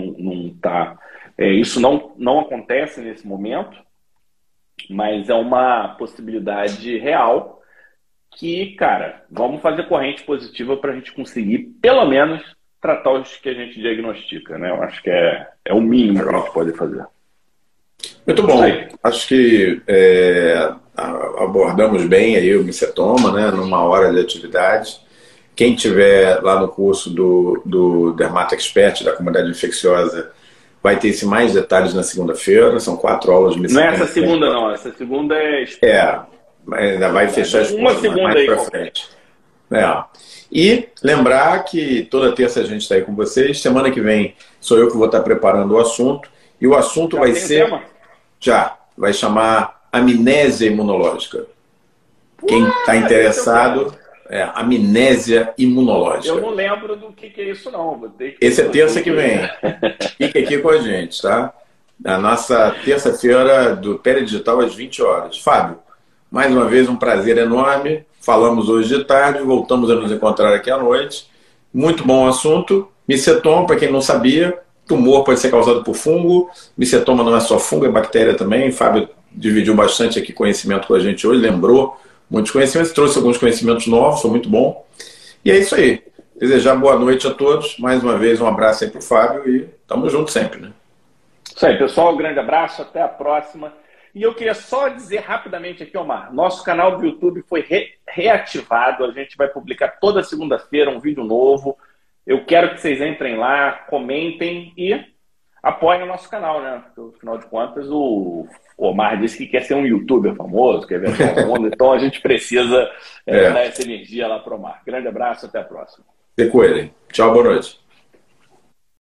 isso não acontece nesse momento, mas é uma possibilidade real que, cara, vamos fazer corrente positiva para a gente conseguir, pelo menos, tratar os que a gente diagnostica, né? Eu acho que é o mínimo que a gente pode fazer. Muito bom. Acho que abordamos bem aí o micetoma, né? Numa hora de atividade. Quem tiver lá no curso do Dermato Expert, da comunidade infecciosa, vai ter mais detalhes na segunda-feira. São 4 aulas de micetoma. Não é essa segunda, não. Essa segunda é... ainda vai fechar as uma segunda mais aí para frente. E lembrar que toda terça a gente está aí com vocês. Semana que vem sou eu que vou estar preparando o assunto. E o assunto vai ser... vai chamar amnésia imunológica. Quem está interessado... amnésia imunológica. Eu não lembro do que é isso, não. Vou ter que... Esse é terça que vem. Fica aqui com a gente, tá? Na nossa terça-feira do Peridigital às 20 horas. Fábio, mais uma vez um prazer enorme. Falamos hoje de tarde, voltamos a nos encontrar aqui à noite. Muito bom assunto. Micetoma, para quem não sabia, tumor pode ser causado por fungo. Micetoma não é só fungo, é bactéria também. Fábio dividiu bastante aqui conhecimento com a gente hoje, lembrou muitos conhecimentos, trouxe alguns conhecimentos novos, foi muito bom. E é isso aí. Desejar boa noite a todos. Mais uma vez, um abraço aí para o Fábio e tamo junto sempre, né? Isso aí, pessoal. Um grande abraço. Até a próxima. E eu queria só dizer rapidamente aqui, Omar, nosso canal do YouTube foi reativado. A gente vai publicar toda segunda-feira um vídeo novo. Eu quero que vocês entrem lá, comentem e apoiem o nosso canal, né? Porque, afinal de contas, o Omar disse que quer ser um youtuber famoso, quer ver todo mundo, então a gente precisa dar essa energia lá pro Omar. Grande abraço, até a próxima. Se cuidem. Tchau, boa noite.